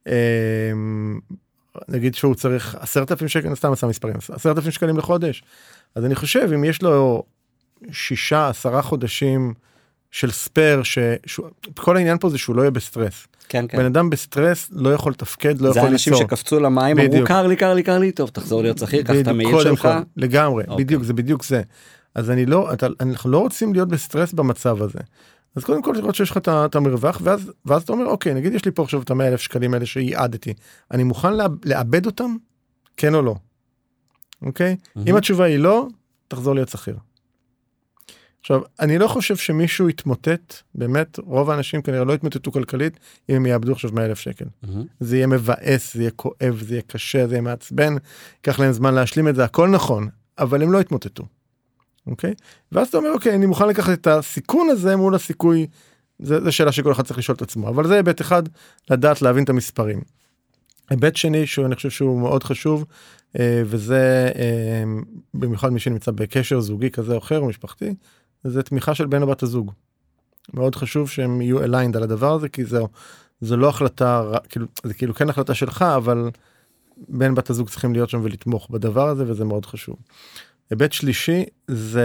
נגיד שהוא צריך 10,000 שקל, סתם עשה מספרים, 10,000 שקלים לחודש, אז אני חושב, אם יש לו 6-10 חודשים של ספר, כל העניין פה זה שהוא לא יהיה בסטרס. כן, כן. בן אדם בסטרס לא יכול לתפקד, לא יכול ליצור. זה אנשים שקפצו למים, אמרו, קר לי, טוב, תחזור להיות שכיר, קח את המעיל שלך. לגמרי, בדיוק, זה בדיוק זה. אז אנחנו לא רוצים להיות בסטרס במצב הזה. אז קודם כל לראות שיש לך את המרווח, ואז אתה אומר, אוקיי, נגיד יש לי פה עכשיו את 100,000 שקלים האלה שיעדתי, אני מוכן לאבד אותם? כן או לא? אוקיי? אם התשובה היא לא, תחזור להיות שכיר. עכשיו, אני לא חושב שמישהו יתמוטט, באמת, רוב האנשים כנראה לא יתמוטטו כלכלית, אם הם יאבדו עכשיו 100,000 שקל. זה יהיה מבאס, זה יהיה כואב, זה יהיה קשה, זה יהיה מעצבן, ייקח להם זמן להשלים את זה, הכל נכון, אבל הם לא יתמוטטו. אוקיי? ואז אתה אומר, אוקיי, אני מוכן לקחת את הסיכון הזה מול הסיכוי, זה שאלה שכל אחד צריך לשאול את עצמו, אבל זה היבט אחד, לדעת להבין את המספרים. היבט שני, שאני חושב שהוא מאוד חשוב, וזה, במיוחד מי שנמצא בקשר זוגי כזה או אחר, או משפחתי, זה תמיכה של בן או בת הזוג. מאוד חשוב שהם יהיו aligned על הדבר הזה, כי זה לא החלטה, זה כאילו כן החלטה שלך, אבל בן בת הזוג צריכים להיות שם ולתמוך בדבר הזה, וזה מאוד חשוב. היבט שלישי זה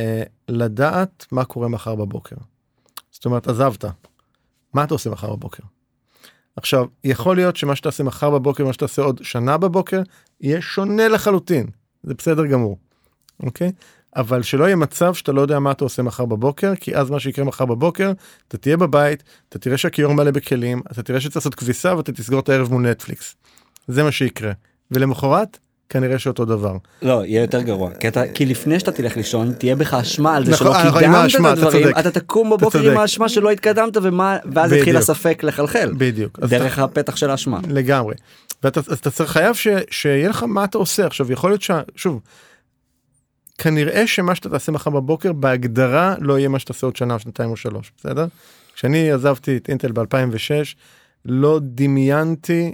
לדעת מה קורה מחר בבוקר. זאת אומרת, עזבת. מה אתה עושה מחר בבוקר? עכשיו, יכול להיות שמה שאתה עושה מחר בבוקר, מה שאתה עושה עוד שנה בבוקר, יהיה שונה לחלוטין. זה בסדר גמור. אוקיי? אבל שלא יהיה מצב שאתה לא יודע מה אתה עושה מחר בבוקר, כי אז מה שיקרה מחר בבוקר, אתה תהיה בבית, אתה תראה שהכיור מלא בכלים, אתה תראה שצריך לעשות כביסה, ואתה תסגור את הערב מול נטפליקס. זה מה שיקרה. ולמחרת, כנראה שאותו דבר. לא, יהיה יותר גרוע. כי לפני שאתה תלך לישון, תהיה בך אשמה על זה שלא נכון, קידמת את הדברים, אתה תקום בבוקר עם האשמה שלא התקדמת, ואז התחיל הספק לחלחל. בדיוק. דרך הפתח של האשמה. לגמרי. ואתה חייב שיהיה לך מה אתה עושה. עכשיו, יכול להיות שוב, כנראה שמה שאתה תעשה מחר בבוקר, בהגדרה לא יהיה מה שתעשה עוד שנה, שנתיים או 3, בסדר? כשאני עזבתי את אינטל ב-2006, לא דמיינתי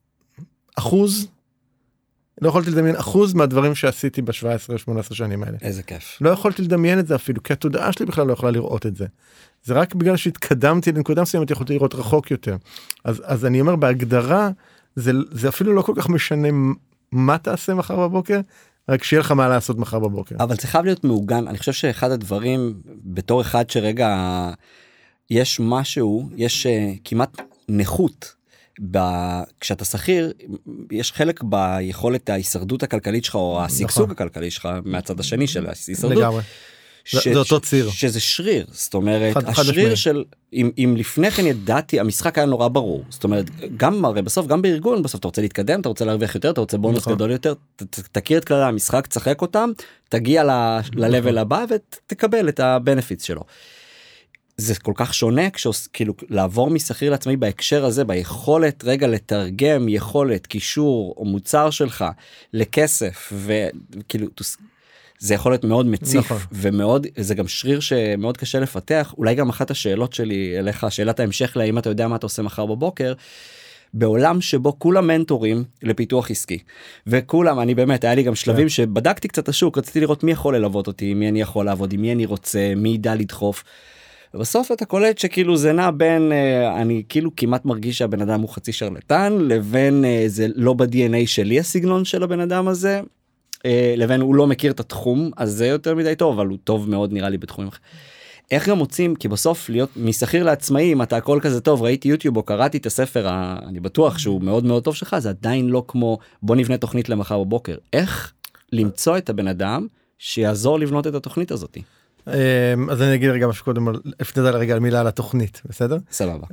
אחוז, לא יכולתי לדמיין אחוז מהדברים שעשיתי ב-17-18 שנים האלה. איזה כיף. לא יכולתי לדמיין את זה אפילו, כי התודעה שלי בכלל לא יכולה לראות את זה. זה רק בגלל שהתקדמתי לנקודה מסוימת, יכולתי לראות רחוק יותר. אז אני אומר, בהגדרה, זה אפילו לא כל כך משנה מה תעשה מחר בבוקר, רק שיהיה לך מה לעשות מחר בבוקר. אבל זה חייב להיות מעוגן. אני חושב שאחד הדברים, בתור אחד שרגע, יש משהו, יש כמעט נכות, כשאתה שכיר, יש חלק ביכולת ההישרדות הכלכלית שלך, או השגשוג הכלכלי שלך, מהצד השני של ההישרדות. לגמרי. זה אותו ציר. שזה שריר, זאת אומרת, השריר של, אם לפני כן ידעתי, המשחק היה נורא ברור, זאת אומרת, גם הרי בסוף, גם בארגון, בסוף אתה רוצה להתקדם, אתה רוצה להרוויח יותר, אתה רוצה בונוס גדול יותר, תכיר את כללי המשחק, תשחק אותם, תגיע ל-level הבא, ותקבל את ה-benefits שלו. זה כל כך שונה, כאילו, לעבור משכיר לעצמאי בהקשר הזה, ביכולת רגע לתרגם יכולת, קישור או מוצר שלך לכסף, וכאילו, זה יכול להיות מאוד מציף, ומאוד, זה גם שריר שמאוד קשה לפתח. אולי גם אחת השאלות שלי אליך, שאלת ההמשך לה, אם אתה יודע מה אתה עושה מחר בבוקר, בעולם שבו כולם מנטורים לפיתוח עסקי, וכולם, אני באמת, היה לי גם שלבים שבדקתי קצת השוק, רציתי לראות מי יכול ללוות אותי, מי אני יכול לעבוד, עם מי אני רוצה, מי ידע לדחוף, ובסוף אתה קולט שכאילו זה נע בין, אני כאילו כמעט מרגיש שהבן אדם הוא חצי שרלטן, לבין זה לא ב-DNA שלי הסגנון של הבן אדם הזה, לבין הוא לא מכיר את התחום, אז זה יותר מדי טוב, אבל הוא טוב מאוד נראה לי בתחומים אחרים. איך גם מוצאים, כי בסוף להיות משכיר לעצמאי, אם אתה הכל כזה טוב, ראיתי יוטיוב או קראתי את הספר, אני בטוח שהוא מאוד מאוד טוב שלך, זה עדיין לא כמו בוא נבנה תוכנית למחר בבוקר. איך למצוא את הבן אדם שיעזור לבנות את התוכנית הזאת? אז אני אגיד רגע משהו קודם, לפני זה רגע מילה על התוכנית, בסדר? סבבה.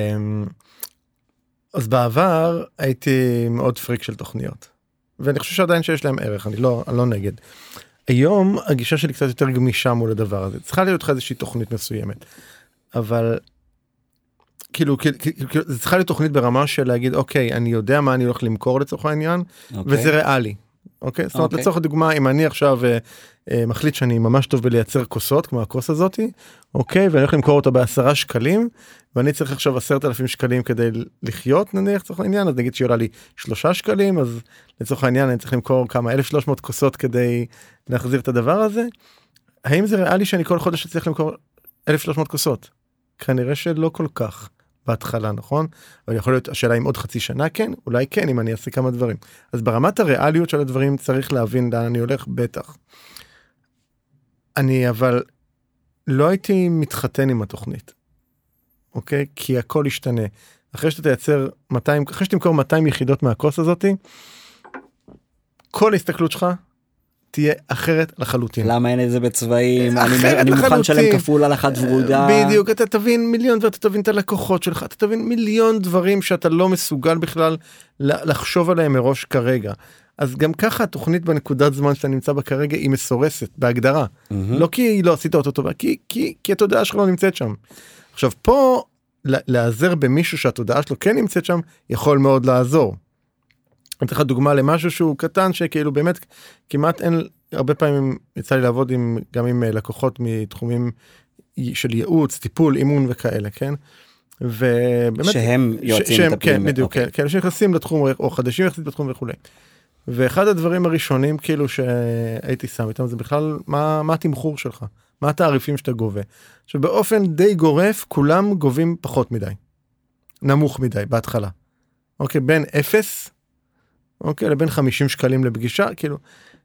אז בעבר הייתי מאוד פריק של תוכניות. ואני חושב שעדיין שיש להם ערך, אני לא נגד. היום הגישה שלי קצת יותר גמישה מול הדבר הזה. צריכה להיות לך איזושהי תוכנית מסוימת. אבל כאילו, זה צריכה להיות תוכנית ברמה של להגיד, אוקיי, אני יודע מה אני הולך למכור לצורך העניין, וזה ריאלי. אוקיי? זאת אומרת, לצורך הדוגמה, אם אני עכשיו מחליט שאני ממש טוב בלייצר כוסות, כמו הכוס הזאת, אוקיי? ואני הולך למכור אותה ב10 שקלים, ואני צריך עכשיו 10,000 שקלים כדי לחיות, נניח, לצורך העניין, אז נגיד שיולה לי 3 שקלים, אז לצורך העניין אני צריך למכור כמה 1,300 כוסות כדי להחזיר את הדבר הזה. האם זה ריאלי שאני כל חודש צריך למכור 1,300 כוסות? כנראה שלא כל כך בהתחלה, נכון? אבל יכול להיות השאלה אם עוד חצי שנה כן, אולי כן, אם אני אעשה כמה דברים. אז ברמת הריאליות של הדברים צריך להבין לאן אני הולך, בטח. אני אבל לא הייתי מתחתן עם התוכנית, אוקיי? כי הכל ישתנה. אחרי שאתה תייצר 200, אחרי שתמכור 200 יחידות מהכוס הזאת, כל ההסתכלות שלך תהיה אחרת לחלוטין. למה אין את זה בצבעים? אני מוכן לשלם כפול על אחת ורודה. בדיוק, אתה תבין מיליון ואתה תבין את הלקוחות שלך, אתה תבין מיליון דברים שאתה לא מסוגל בכלל לחשוב עליהם מראש כרגע. אז גם ככה התוכנית בנקודת זמן שאתה נמצא בה כרגע היא מסורסת, בהגדרה. לא כי לא עשית אותו טובה, כי התודעה שלך לא נמצאת שם. עכשיו פה, לעזר במישהו שהתודעה שלו כן נמצאת שם, יכול מאוד לעזור. אני אתן לך דוגמה למשהו שהוא קטן, שכאילו באמת כמעט אין, הרבה פעמים יצא לי לעבוד גם עם לקוחות מתחומים של ייעוץ, טיפול, אימון וכאלה, כן? ובאמת, שהם יועצים מטפלים. כן, בדיוק, כן, שנכנסים לתחום, או חדשים יחסית בתחום וכו'. ואחד הדברים הראשונים כאילו שהייתי שם איתם, זה בכלל מה התמחור שלך? מה התעריפים שאתה גובה? שבאופן די גורף, כולם גובים פחות מדי. נמוך מדי, בהתחלה. אוקיי, בין 0, אוקיי, לבין 50 שקלים לפגישה, כאילו,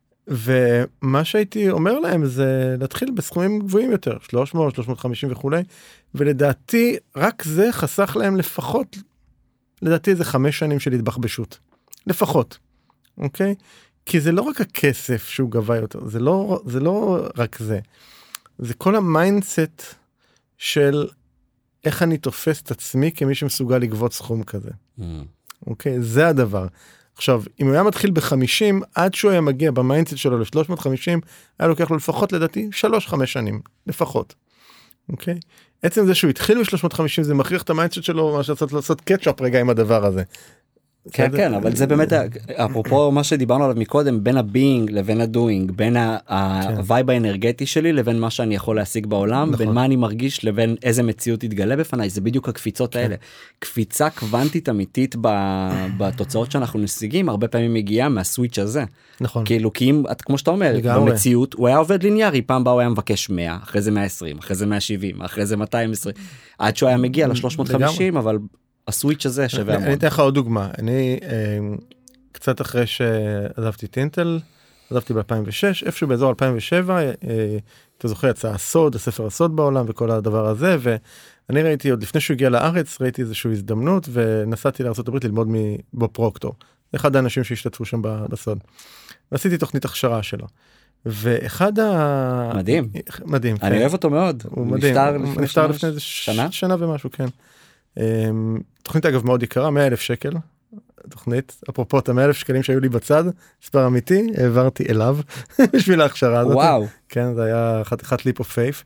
ומה שהייתי אומר להם זה להתחיל בסכומים גבוהים יותר, 300, 350 וכולי, ולדעתי רק זה חסך להם לפחות, לדעתי זה 5 שנים של התבחבשות, לפחות, אוקיי? כי זה לא רק הכסף שהוא גבה יותר, זה לא רק זה, זה כל המיינדסט של איך אני תופס את עצמי כמי שמסוגל לגבות סכום כזה. אוקיי, זה הדבר. עכשיו, אם הוא היה מתחיל ב-50, עד שהוא היה מגיע במיינדסט שלו ל-350, היה לוקח לו לפחות, לדעתי, 3-5 שנים, לפחות. אוקיי? עצם זה שהוא התחיל ב-350, זה מכריח את המיינדסט שלו, מה שצריך לעשות קטשאפ רגע עם הדבר הזה. כן, כן, אבל זה באמת, אפרופו מה שדיברנו עליו מקודם, בין הביינג לבין הדוינג, בין הווייב האנרגטי שלי לבין מה שאני יכול להשיג בעולם, בין מה אני מרגיש לבין איזה מציאות יתגלה בפניי, זה בדיוק הקפיצות האלה. קפיצה קוונטית אמיתית בתוצאות שאנחנו משיגים, הרבה פעמים מגיעה מהסוויץ' הזה. נכון. כאילו, כי אם, כמו שאתה אומר, במציאות, הוא היה עובד ליניארי, פעם בה הוא היה מבקש 100, אחרי זה 120, אחרי זה 170, אחרי זה 220, עד שהוא היה מגיע ל-350, אבל הסוויץ' הזה שווה המון. אני אתן לך עוד דוגמה, אני קצת אחרי שעזבתי טינטל, עזבתי ב-2006, איפשהו באזור 2007, אתה זוכר, יצא הסוד, הספר הסוד בעולם וכל הדבר הזה, ואני ראיתי, עוד לפני שהוא הגיע לארץ, ראיתי איזושהי הזדמנות, ונסעתי לארצות הברית ללמוד מבוב פרוקטור, אחד האנשים שהשתתפו שם בסוד. ועשיתי תוכנית הכשרה שלו. ואחד מדהים. מדהים. אני אוהב אותו מאוד. הוא מדהים. נפטר לפני שנה ומשהו, כן. תוכנית אגב מאוד יקרה, 100,000 שקל, תוכנית, אפרופו את 100,000 שקלים שהיו לי בצד, מספר אמיתי, העברתי אליו, בשביל ההכשרה הזאת. וואו. כן, זה היה חתיכת ליפ אוף פייף.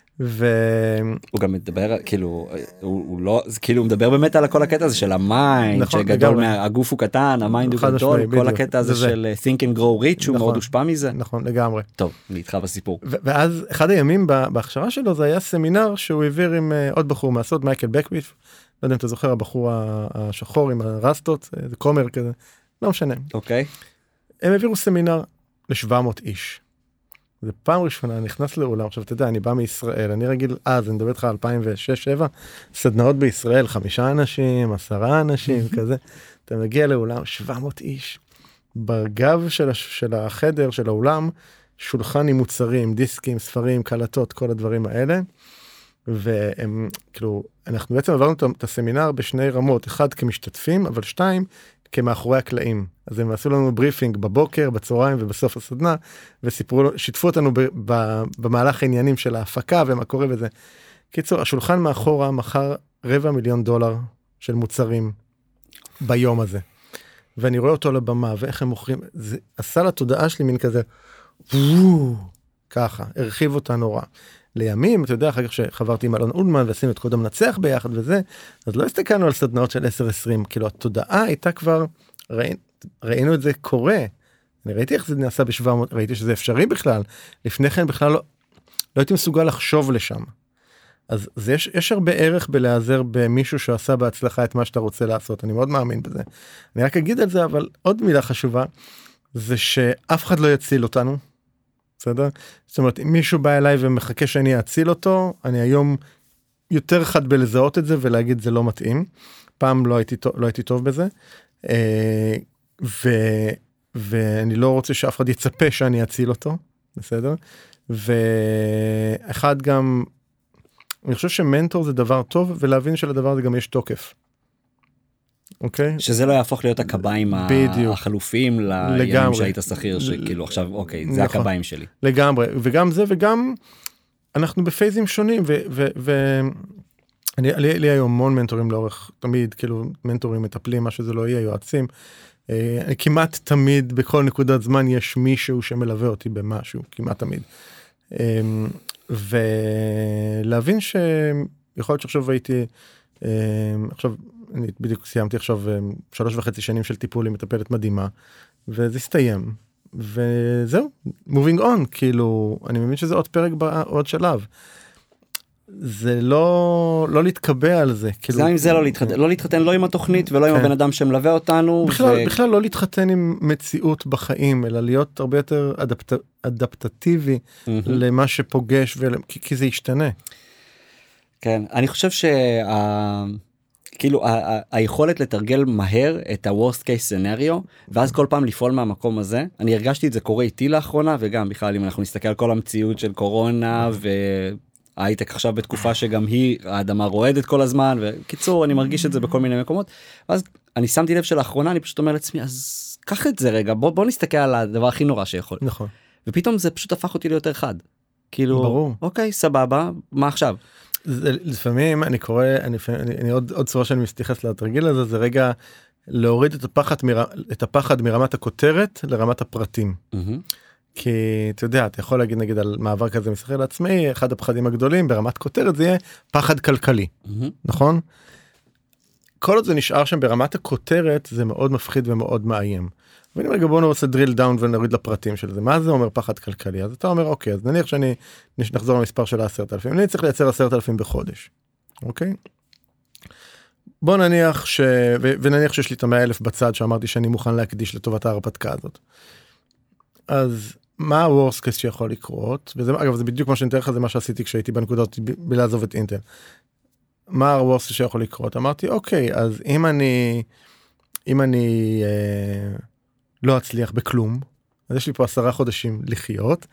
הוא גם מדבר, כאילו, הוא לא, כאילו הוא מדבר באמת על כל הקטע הזה של המיינד, שגדול, הגוף הוא קטן, המיינד הוא גדול, כל הקטע הזה של think and grow rich, הוא מאוד הושפע מזה. נכון, לגמרי. טוב, אני איתך בסיפור. ואז אחד הימים בהכשרה שלו, זה היה סמינר שהוא העביר עם עוד בחור מהסוד, מייקל בקוויט, לא יודע אם אתה זוכר, הבחור השחור עם הרסטות, זה קומר כזה, לא משנה. אוקיי. הם העבירו סמינר ל-700 איש. זה פעם ראשונה, נכנס לאולם, עכשיו אתה יודע, אני בא מישראל, אני רגיל, אז אני מדבר איתך 2006-2007, סדנאות בישראל, 5 אנשים, 10 אנשים, כזה, אתה מגיע לאולם, 700 איש, בגב של החדר, של האולם, שולחן עם מוצרים, דיסקים, ספרים, קלטות, כל הדברים האלה, והם, כאילו, אנחנו בעצם עברנו את הסמינר בשני רמות, אחד כמשתתפים, אבל 2, כמאחורי הקלעים. אז הם עשו לנו בריפינג בבוקר, בצהריים ובסוף הסדנה, שיתפו אותנו במהלך העניינים של ההפקה ומה קורה וזה. קיצור, השולחן מאחורה מכר $250,000 של מוצרים ביום הזה. ואני רואה אותו לבמה, ואיך הם מוכרים, זה עשה לתודעה שלי מין כזה, ככה, הרחיב אותה נורא. לימים, אתה יודע, אחר כך שחברתי עם אלון אולמן, ועשינו את קוד המנצח ביחד וזה, אז לא הסתכלנו על סדנאות של 10-20, כאילו התודעה הייתה כבר, ראינו את זה קורה, אני ראיתי איך זה נעשה ב-700, ראיתי שזה אפשרי בכלל, לפני כן בכלל לא הייתי מסוגל לחשוב לשם, אז יש הרבה ערך בלעזר במישהו שעשה בהצלחה את מה שאתה רוצה לעשות, אני מאוד מאמין בזה, אני רק אגיד על זה, אבל עוד מילה חשובה, זה שאף אחד לא יציל אותנו, בסדר? זאת אומרת, אם מישהו בא אליי ומחכה שאני אציל אותו, אני היום יותר חד בלזהות את זה ולהגיד זה לא מתאים. פעם לא הייתי טוב בזה. ואני לא רוצה שאף אחד יצפה שאני אציל אותו, בסדר? ואחד גם, אני חושב שמנטור זה דבר טוב, ולהבין שלדבר הזה גם יש תוקף. אוקיי? שזה לא יהפוך להיות הקביים החלופיים לימים שהיית שכיר, שכאילו עכשיו, אוקיי, זה הקביים שלי. לגמרי, וגם זה, וגם אנחנו בפייזים שונים, לי היום המון מנטורים לאורך, תמיד, כאילו, מנטורים מטפלים, מה שזה לא יהיה, יועצים, כמעט תמיד, בכל נקודת זמן, יש מישהו שמלווה אותי במשהו, כמעט תמיד. ולהבין שיכול להיות שעכשיו הייתי, עכשיו, אני בדיוק סיימתי עכשיו 3.5 שנים של טיפול עם מטפלת מדהימה, וזה הסתיים, וזהו, moving on, כאילו, אני מבין שזה עוד פרק, עוד שלב. זה לא להתקבע על זה. גם אם זה לא להתחתן לא עם התוכנית, ולא עם הבן אדם שמלווה אותנו. בכלל לא להתחתן עם מציאות בחיים, אלא להיות הרבה יותר אדפטטיבי למה שפוגש, כי זה ישתנה. כן, אני חושב כאילו היכולת לתרגל מהר את ה-worst case scenario, ואז כל פעם לפעול מהמקום הזה. אני הרגשתי את זה קורה איתי לאחרונה, וגם בכלל אם אנחנו נסתכל על כל המציאות של קורונה, והייטק עכשיו בתקופה שגם היא, האדמה רועדת כל הזמן, וקיצור אני מרגיש את זה בכל מיני מקומות, אז אני שמתי לב שלאחרונה אני פשוט אומר לעצמי, אז קח את זה רגע, בוא נסתכל על הדבר הכי נורא שיכול. נכון. ופתאום זה פשוט הפך אותי ליותר חד. כאילו, ברור. אוקיי, סבבה, מה עכשיו? לפעמים אני קורא, אני עוד צורה שאני מתייחס לתרגיל הזה, זה רגע להוריד את הפחד מרמת הכותרת לרמת הפרטים. כי אתה יודע, אתה יכול להגיד נגיד על מעבר כזה משכיר לעצמי, אחד הפחדים הגדולים ברמת כותרת זה יהיה פחד כלכלי, נכון? כל עוד זה נשאר שם ברמת הכותרת, זה מאוד מפחיד ומאוד מאיים. ואני אומר, בואו נעשה drill down ונוריד לפרטים של זה. מה זה אומר פחד כלכלי? אז אתה אומר, אוקיי, אז נניח שאני נחזור למספר של 10,000. אני צריך לייצר 10,000 בחודש. אוקיי? בוא נניח ונניח שיש לי את 100,000 בצד שאמרתי שאני מוכן להקדיש לטובת ההרפתקה הזאת. אז מה ה-worst case שיכול לקרות? וזה, אגב, זה בדיוק מה שאני אתאר לך, זה מה שעשיתי כשהייתי בנקודות בלעזוב את אינטל. מה ה-worst case שיכול לקרות? אמרתי, אוקיי, אז אם אני לא אצליח בכלום, אז יש לי פה 10 חודשים לחיות,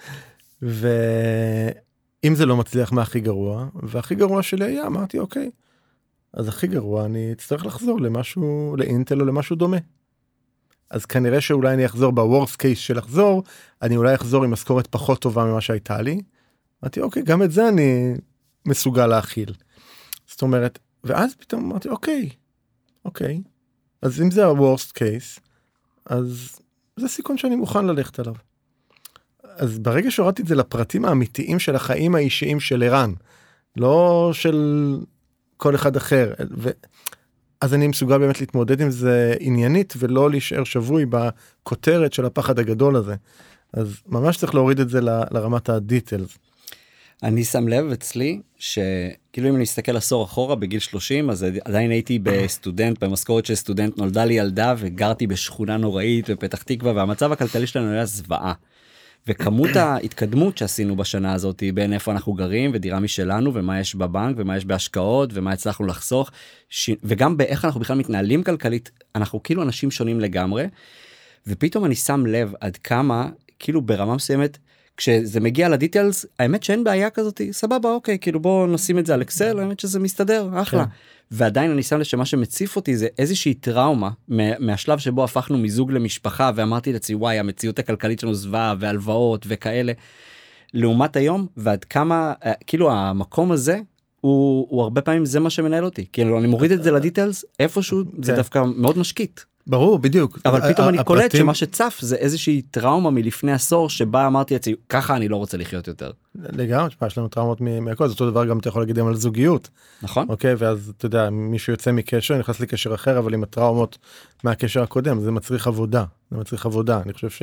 ואם זה לא מצליח, מה הכי גרוע? והכי גרוע שלי היה, אמרתי, אוקיי, אז הכי גרוע, אני אצטרך לחזור למשהו, לאינטל או למשהו דומה. אז כנראה שאולי אני אחזור ב-worst case של לחזור, אני אולי אחזור עם משכורת פחות טובה ממה שהייתה לי. אמרתי, אוקיי, גם את זה אני מסוגל להכיל. זאת אומרת, ואז פתאום אמרתי, אוקיי, אז אם זה ה-worst case, אז זה סיכון שאני מוכן ללכת עליו. אז ברגע שהורדתי את זה לפרטים האמיתיים של החיים האישיים של ערן, לא של כל אחד אחר, אז אני מסוגל באמת להתמודד עם זה עניינית, ולא להישאר שבוי בכותרת של הפחד הגדול הזה. אז ממש צריך להוריד את זה לרמת הדיטלס. אני שם לב אצלי שכאילו אם אני אסתכל עשור אחורה בגיל 30, אז עדיין הייתי בסטודנט, במשכורת של סטודנט, נולדה לי ילדה וגרתי בשכונה נוראית בפתח תקווה, והמצב הכלכלי שלנו היה זוועה. וכמות ההתקדמות שעשינו בשנה הזאת בין איפה אנחנו גרים ודירה משלנו ומה יש בבנק ומה יש בהשקעות ומה הצלחנו לחסוך, וגם באיך אנחנו בכלל מתנהלים כלכלית, אנחנו כאילו אנשים שונים לגמרי, ופתאום אני שם לב עד כמה כאילו ברמה מסוימת, כשזה מגיע לדיטלס, האמת שאין בעיה כזאת, סבבה, אוקיי, כאילו בוא נשים את זה על אקסל, האמת שזה מסתדר, אחלה. ועדיין אני שם לב שמה שמציף אותי זה איזושהי טראומה, מהשלב שבו הפכנו מזוג למשפחה, ואמרתי לעצמי, וואי, המציאות הכלכלית שלנו זוועה, והלוואות וכאלה, לעומת היום, ועד כמה, כאילו המקום הזה, הוא הרבה פעמים זה מה שמנהל אותי, כאילו אני מוריד את זה לדיטלס, איפשהו זה דווקא מאוד משקיט. ברור, בדיוק. אבל פתאום אני קולט שמה שצף זה איזושהי טראומה מלפני עשור שבה אמרתי לעצמי, ככה אני לא רוצה לחיות יותר. לגמרי, יש לנו טראומות מהכל, זה אותו דבר גם אתה יכול להגיד על זוגיות. נכון. אוקיי, ואז אתה יודע, מישהו יוצא מקשר, נכנס לקשר אחר, אבל עם הטראומות מהקשר הקודם, זה מצריך עבודה. אני חושב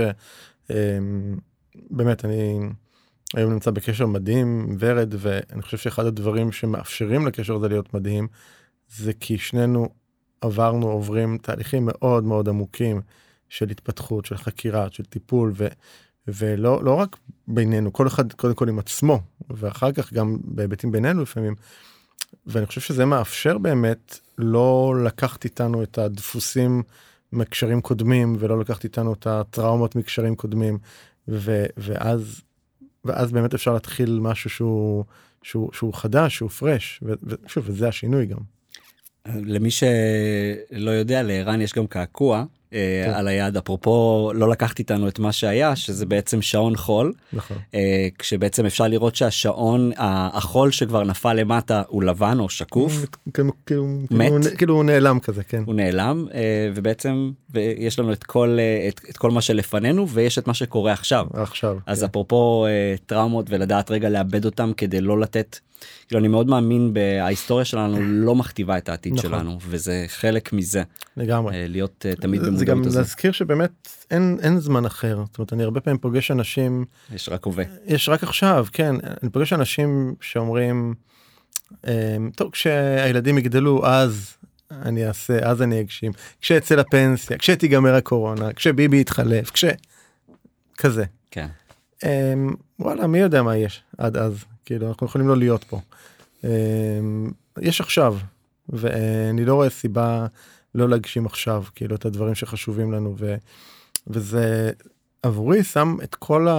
באמת, אני היום נמצא בקשר מדהים, ורד, ואני חושב שאחד הדברים שמאפשרים לקשר הזה להיות מדהים, זה כי שנינו עוברים תהליכים מאוד מאוד עמוקים של התפתחות, של חקירה, של טיפול, ולא רק בינינו, כל אחד קודם כל עם עצמו, ואחר כך גם בהיבטים בינינו לפעמים, ואני חושב שזה מאפשר באמת לא לקחת איתנו את הדפוסים מקשרים קודמים, ולא לקחת איתנו את הטראומות מקשרים קודמים, ואז באמת אפשר להתחיל משהו שהוא חדש, שהוא פרש, ושוב, וזה השינוי גם. למי שלא יודע, לערן יש גם קעקוע על היד, אפרופו לא לקחת איתנו את מה שהיה, שזה בעצם שעון חול, כשבעצם אפשר לראות שהשעון, החול שכבר נפל למטה הוא לבן או שקוף, כאילו הוא נעלם כזה, כן. הוא נעלם, ובעצם יש לנו את כל מה שלפנינו, ויש את מה שקורה עכשיו. אז אפרופו טראומות ולדעת רגע לאבד אותם כדי לא לתת, כאילו אני מאוד מאמין בהיסטוריה שלנו לא מכתיבה את העתיד שלנו, וזה חלק מזה. לגמרי. להיות תמיד במודעות זה גם הזה. להזכיר שבאמת אין זמן אחר. זאת אומרת, אני הרבה פעמים פוגש אנשים... יש רק הווה. יש רק עכשיו, כן. אני פוגש אנשים שאומרים, טוב, כשהילדים יגדלו, אז אני אעשה, אז אני אגשים. כשאצא לפנסיה, כשתיגמר הקורונה, כשביבי יתחלף, כזה. כן. וואלה, מי יודע מה יש עד אז? כאילו, אנחנו יכולים לא להיות פה. יש עכשיו, ואני לא רואה סיבה לא להגשים עכשיו, כאילו, את הדברים שחשובים לנו, וזה עבורי שם את כל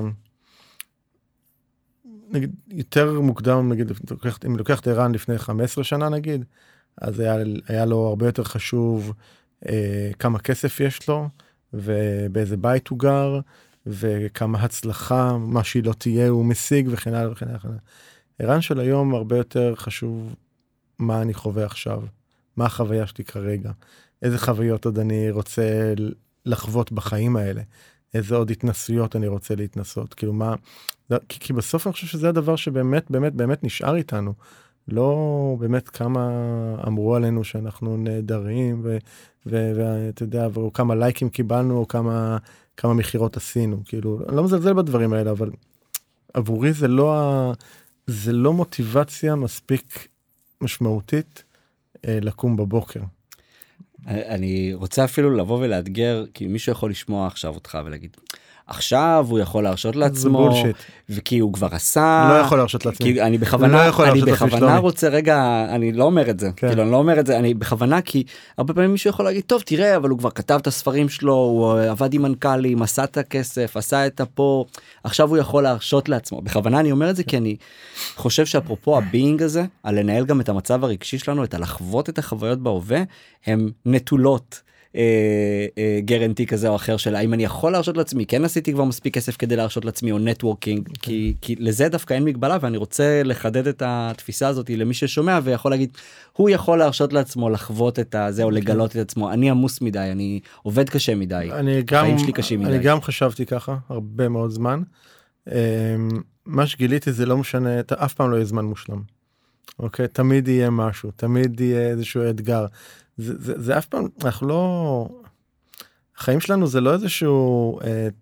נגיד, יותר מוקדם, נגיד, אם לוקח את ערן לפני 15 שנה, נגיד, אז היה לו הרבה יותר חשוב כמה כסף יש לו, ובאיזה בית הוא גר, וכמה הצלחה, מה שהיא לא תהיה, הוא משיג, וכן הלאה וכן הלאה. ערן של היום הרבה יותר חשוב מה אני חווה עכשיו, מה החוויה שלי כרגע, איזה חוויות עוד אני רוצה לחוות בחיים האלה, איזה עוד התנסויות אני רוצה להתנסות, כאילו מה, כי בסוף אני חושב שזה הדבר שבאמת, באמת, באמת נשאר איתנו, לא באמת כמה אמרו עלינו שאנחנו נהדרים, ואתה יודע, וכמה לייקים קיבלנו, או כמה מחירות עשינו, כאילו, אני לא מזלזל בדברים האלה, אבל עבורי זה לא מוטיבציה מספיק משמעותית לקום בבוקר. אני רוצה אפילו לבוא ולאתגר, כי מישהו יכול לשמוע עכשיו אותך ולהגיד, עכשיו הוא יכול להרשות לעצמו, וכי הוא כבר עשה, לא יכול להרשות לעצמו, אני בכוונה רוצה רגע, אני לא אומר את זה, כאילו אני לא אומר את זה, אני בכוונה, כי הרבה פעמים מישהו יכול להגיד, טוב תראה, אבל הוא כבר כתב את הספרים שלו, הוא עבד עם מנכ"לים, עשה את הכסף, עשה את הפה, עכשיו הוא יכול להרשות לעצמו, בכוונה אני אומר את זה, כי אני חושב שאפרופו הביינג הזה, על לנהל גם את המצב הרגשי שלנו, את הלחוות את החוויות בהווה, הם נטולות, גרנטי כזה או אחר של האם אני יכול להרשות לעצמי, כן עשיתי כבר מספיק כסף כדי להרשות לעצמי, או נטוורקינג, כי לזה דווקא אין מגבלה, ואני רוצה לחדד את התפיסה הזאת למי ששומע, ויכול להגיד, הוא יכול להרשות לעצמו לחוות את זה, או לגלות את עצמו, אני עמוס מדי, אני עובד קשה מדי, חיים שלי קשים מדי. אני גם חשבתי ככה, הרבה מאוד זמן, מה שגיליתי זה לא משנה, אף פעם לא יהיה זמן מושלם, אוקיי? תמיד יהיה משהו, תמיד יהיה איזשהו אתגר, זה אף פעם, אנחנו לא, החיים שלנו זה לא איזשהו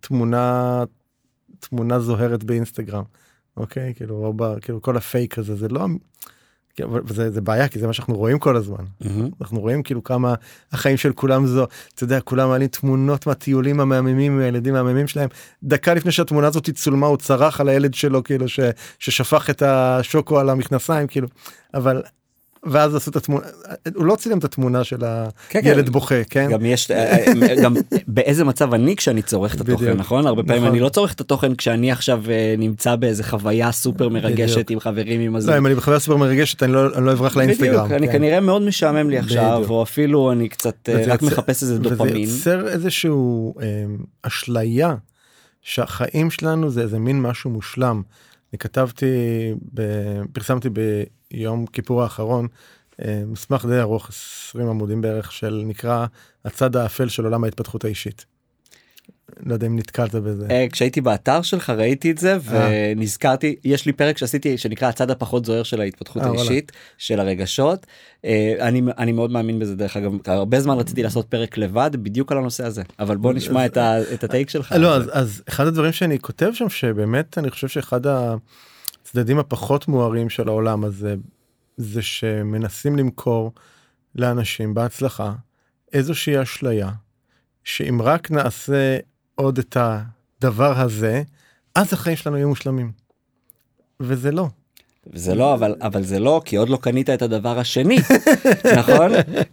תמונה זוהרת באינסטגרם, אוקיי? כאילו כל הפייק הזה, זה לא, זה בעיה, כי זה מה שאנחנו רואים כל הזמן. אנחנו רואים כאילו כמה החיים של כולם זו, אתה יודע, כולם מעלים תמונות מהטיולים המהממים, מהילדים המהממים שלהם, דקה לפני שהתמונה הזאת צולמה, הוא צרח על הילד שלו, כאילו, ששפך את השוקו על המכנסיים, כאילו, אבל ואז עשו את התמונה, הוא לא צילם את התמונה של הילד בוכה, כן? גם יש, גם באיזה מצב אני כשאני צורך את התוכן, נכון? הרבה פעמים אני לא צורך את התוכן כשאני עכשיו נמצא באיזה חוויה סופר מרגשת עם חברים, עם הזמן. לא, אם אני בחוויה סופר מרגשת, אני לא אברח לאינסטגרם. בדיוק, אני כנראה מאוד משעמם לי עכשיו, או אפילו אני קצת רק מחפש איזה דופמין. וזה יוצר איזשהו אשליה, שהחיים שלנו זה איזה מין משהו מושלם. אני פרסמתי ביום כיפור האחרון, מסמך די ארוך, 20 עמודים בערך, של נקרא הצד האפל של עולם ההתפתחות האישית. לא יודע אם נתקלת בזה. כשהייתי באתר שלך ראיתי את זה, ונזכרתי, יש לי פרק שעשיתי, שנקרא הצד הפחות זוהר של ההתפתחות האישית, של הרגשות. אני מאוד מאמין בזה דרך אגב, הרבה זמן רציתי לעשות פרק לבד, בדיוק על הנושא הזה, אבל בוא נשמע את הטייק שלך. לא, אז אחד הדברים שאני כותב שם, שבאמת אני חושב שאחד הצדדים הפחות מוארים של העולם הזה, זה שמנסים למכור לאנשים בהצלחה, איזושהי אשליה, שאם רק נעשה עוד את הדבר הזה, אז החיים שלנו יהיו מושלמים. וזה לא. זה לא, אבל זה לא, כי עוד לא קנית את הדבר השני, נכון?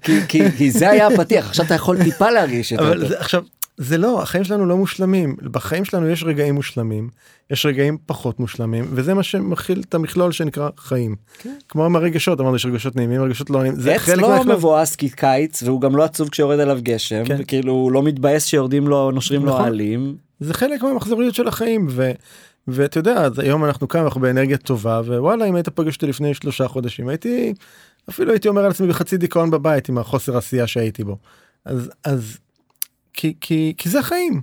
כי זה היה הפתיח, עכשיו אתה יכול טיפה להרגיש את זה. עכשיו, זה לא, החיים שלנו לא מושלמים, בחיים שלנו יש רגעים מושלמים, יש רגעים פחות מושלמים, וזה מה שמכיל את המכלול שנקרא חיים. כמו עם הרגשות, אמרנו, יש רגשות נעימים, רגשות לא נעימים. עץ לא מבואס קיץ, והוא גם לא עצוב כשיורד עליו גשם, וכאילו הוא לא מתבאס שיורדים לו, נושרים לו העלים. זה חלק מהמחזוריות של החיים, ואתה יודע, אז היום אנחנו כאן, אנחנו באנרגיה טובה, ווואלה, אם היית פגש אותי לפני 3 חודשים, אפילו הייתי אומר על עצמי בחצי דיכאון בבית, עם החוסר עשייה שהייתי בו. אז כי זה החיים.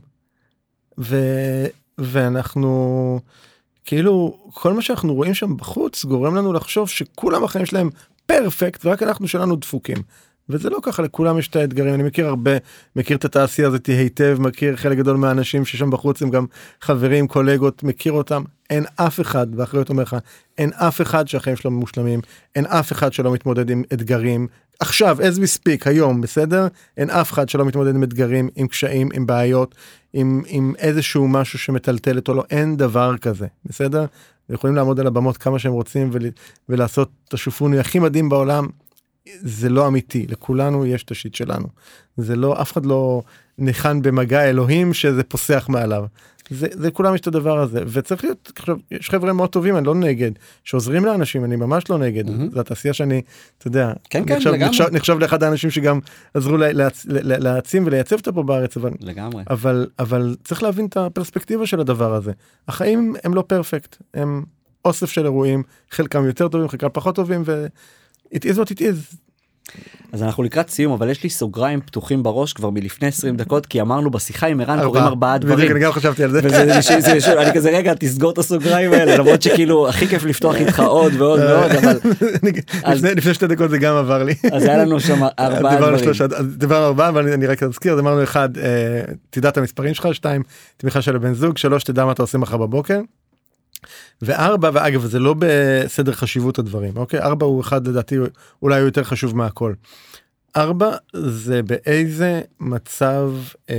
ואנחנו, כאילו, כל מה שאנחנו רואים שם בחוץ, גורם לנו לחשוב שכולם החיים שלהם פרפקט, ורק אנחנו שלנו דפוקים. וזה לא ככה, לכולם יש את האתגרים, אני מכיר את התעשייה הזאת היטב, מכיר חלק גדול מהאנשים ששם בחוץ הם גם חברים, קולגות, מכיר אותם, אין אף אחד, באחריות אומר לך, אין אף אחד שהחיים שלו מושלמים, אין אף אחד שלא מתמודד עם אתגרים, עכשיו, as we speak, היום, בסדר? אין אף אחד שלא מתמודד עם אתגרים, עם קשיים, עם בעיות, עם איזשהו משהו שמטלטל אותו, לא, אין דבר כזה, בסדר? יכולים לעמוד על הבמות כמה שהם רוצים, ולעשות את השופוני הכי מדהים בעולם, זה לא אמיתי, לכולנו יש את השיט שלנו. זה לא, אף אחד לא ניחן במגע אלוהים שזה פוסח מעליו. זה כולם יש את הדבר הזה, וצריך להיות, יש חבר'ה מאוד טובים, אני לא נגד, שעוזרים לאנשים, אני ממש לא נגד, זו התעשייה שאני, אתה יודע, נחשב לאחד האנשים שגם עזרו להעצים ולייצב אותה פה בארץ, אבל צריך להבין את הפרספקטיבה של הדבר הזה. החיים הם לא פרפקט, הם אוסף של אירועים, חלקם יותר טובים, חלקם פחות טובים, it is what it is. אז אנחנו לקראת סיום, אבל יש לי סוגריים פתוחים בראש כבר מלפני 20 דקות, כי אמרנו בשיחה עם ערן קוראים 4 דברים. אני גם חשבתי על זה. אני כזה רגע, תסגור את הסוגריים האלה, למרות שכאילו הכי כיף לפתוח איתך עוד ועוד ועוד, אבל... לפני 2 דקות זה גם עבר לי. אז היה לנו שם 4 דברים. דיברנו 4, אבל אני רק אזכיר, אמרנו 1, תדע את המספרים שלך, 2, תמיכה של הבן זוג, 3, תדע מה אתה עושה מחר בבוקר. ו4, ואגב זה לא בסדר חשיבות הדברים, אוקיי? 4 הוא אחד לדעתי אולי יותר חשוב מהכל. 4 זה באיזה מצב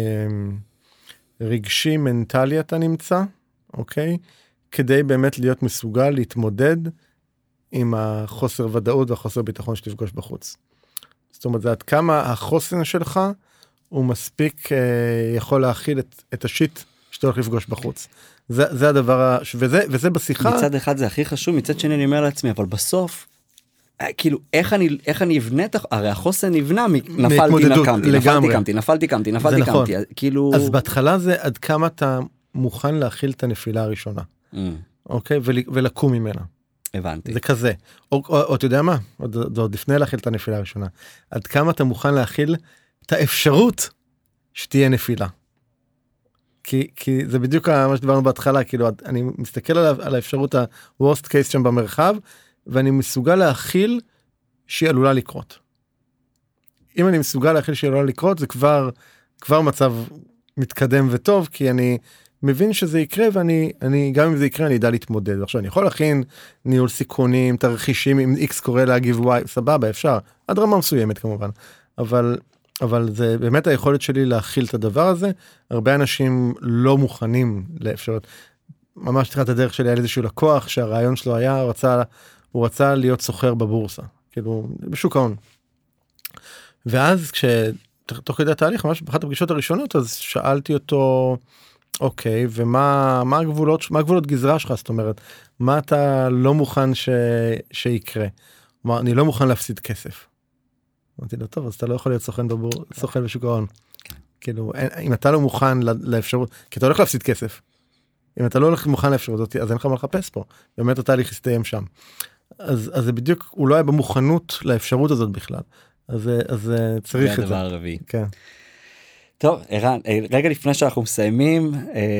רגשי מנטלי אתה נמצא, אוקיי? כדי באמת להיות מסוגל להתמודד עם החוסר ודאות והחוסר ביטחון שתפגוש בחוץ. זאת אומרת, זה עד כמה החוסן שלך הוא מספיק יכול להכיל את השיט שאתה הולך לפגוש בחוץ. זה הדבר, וזה בשיחה. מצד אחד זה הכי חשוב, מצד שני אני אומר לעצמי, אבל בסוף, כאילו, איך אני אבנה, הרי החוסן נבנה, נפלתי, קמתי, כאילו... אז בהתחלה זה עד כמה אתה מוכן להכיל את הנפילה הראשונה, אוקיי? ולקום ממנה. הבנתי. זה כזה. או אתה יודע מה? עוד לפני להכיל את הנפילה הראשונה. עד כמה אתה מוכן להכיל את האפשרות שתהיה נפילה. כי זה בדיוק מה שדיברנו בהתחלה, כאילו אני מסתכל על האפשרות ה-worst case שם במרחב, ואני מסוגל להכיל שהיא עלולה לקרות. אם אני מסוגל להכיל שהיא עלולה לקרות, זה כבר מצב מתקדם וטוב, כי אני מבין שזה יקרה, ואני גם אם זה יקרה, אני יודע להתמודד. עכשיו, אני יכול להכין ניהול סיכונים, תרחישים, אם X קורא להגיב Y, סבבה, אפשר, עד רמה מסוימת כמובן, אבל זה באמת היכולת שלי להכיל את הדבר הזה. הרבה אנשים לא מוכנים לאפשרות. ממש תחילת הדרך שלי היה איזשהו לקוח שהרעיון שלו היה, הוא רצה להיות סוחר בבורסה, כאילו בשוק ההון. ואז תוך כדי התהליך, ממש באחת הפגישות הראשונות, אז שאלתי אותו, אוקיי, ומה הגבולות גזרה שלך? זאת אומרת, מה אתה לא מוכן שיקרה? כלומר, אני לא מוכן להפסיד כסף. אמרתי לו, טוב, אז אתה לא יכול להיות סוכן בשוק ההון. כאילו, אם אתה לא מוכן לאפשרות, כי אתה הולך להפסיד כסף. אם אתה לא מוכן לאפשרות אותי, אז אין לך מה לחפש פה. באמת התהליך יסתיים שם. אז זה בדיוק, הוא לא היה במוכנות לאפשרות הזאת בכלל. אז צריך את זה. זה הדבר הרביעי. כן. טוב, ערן, רגע לפני שאנחנו מסיימים,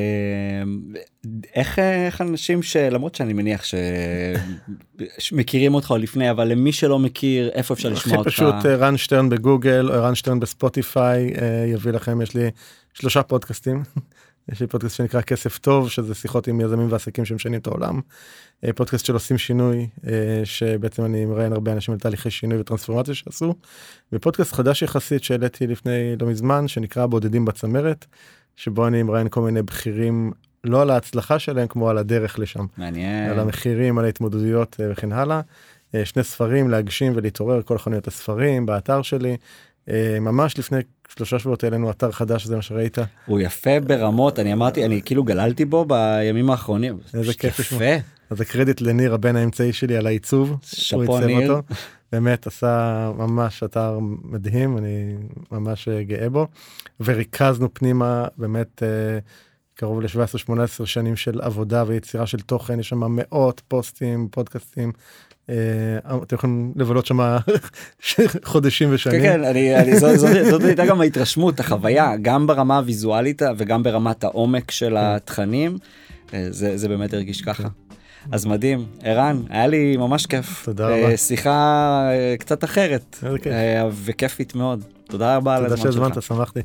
איך אנשים למרות שאני מניח שמכירים אותך לפני, אבל למי שלא מכיר, איפה אפשר לשמוע אותך? הכי פשוט, ערן שטרן בגוגל, או ערן שטרן בספוטיפיי, יביא לכם, יש לי 3 פודקאסטים. יש לי פודקאסט שנקרא כסף טוב, שזה שיחות עם יזמים ועסקים שמשנים את העולם. פודקאסט של עושים שינוי, שבעצם אני מראיין הרבה אנשים על תהליכי שינוי וטרנספורמציה שעשו. ופודקאסט חדש יחסית שהעליתי לפני לא מזמן, שנקרא בודדים בצמרת, שבו אני מראיין כל מיני בכירים, לא על ההצלחה שלהם, כמו על הדרך לשם. מעניין. על המחירים, על ההתמודדויות וכן הלאה. 2 ספרים, להגשים ולהתעורר, כל חנויות הספרים, באתר שלי. ממש לפני 3 שבועות העלינו אתר חדש, זה מה שראית. הוא יפה ברמות, אני כאילו גללתי בו בימים האחרונים. איזה כיף יפה. אז הקרדיט לניר, הבן האמצעי שלי, על העיצוב. שפו ניר. באמת עשה ממש אתר מדהים, אני ממש גאה בו. וריכזנו פנימה באמת קרוב ל-17-18 שנים של עבודה ויצירה של תוכן, יש שם מאות פוסטים, פודקאסטים, אתם יכולים לבלות שם חודשים ושנים. כן, זאת הייתה גם ההתרשמות, החוויה, גם ברמה הוויזואלית וגם ברמת העומק של התכנים, זה באמת הרגיש ככה. אז מדהים, ערן, היה לי ממש כיף. תודה רבה. שיחה קצת אחרת, וכיפית מאוד. תודה רבה על הזמן שלך. תודה שהזמנת, שמחתי.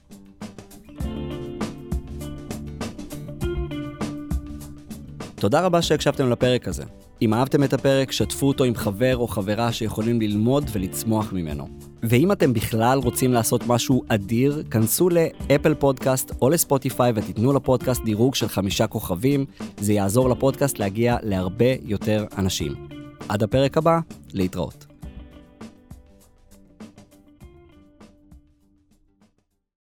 תודה רבה שהקשבתם לפרק הזה. אם אהבתם את הפרק, שתפו אותו עם חבר או חברה שיכולים ללמוד ולצמוח ממנו. ואם אתם בכלל רוצים לעשות משהו אדיר, כנסו לאפל פודקאסט או לספוטיפיי ותיתנו לפודקאסט דירוג של 5 כוכבים, זה יעזור לפודקאסט להגיע להרבה יותר אנשים. עד הפרק הבא, להתראות.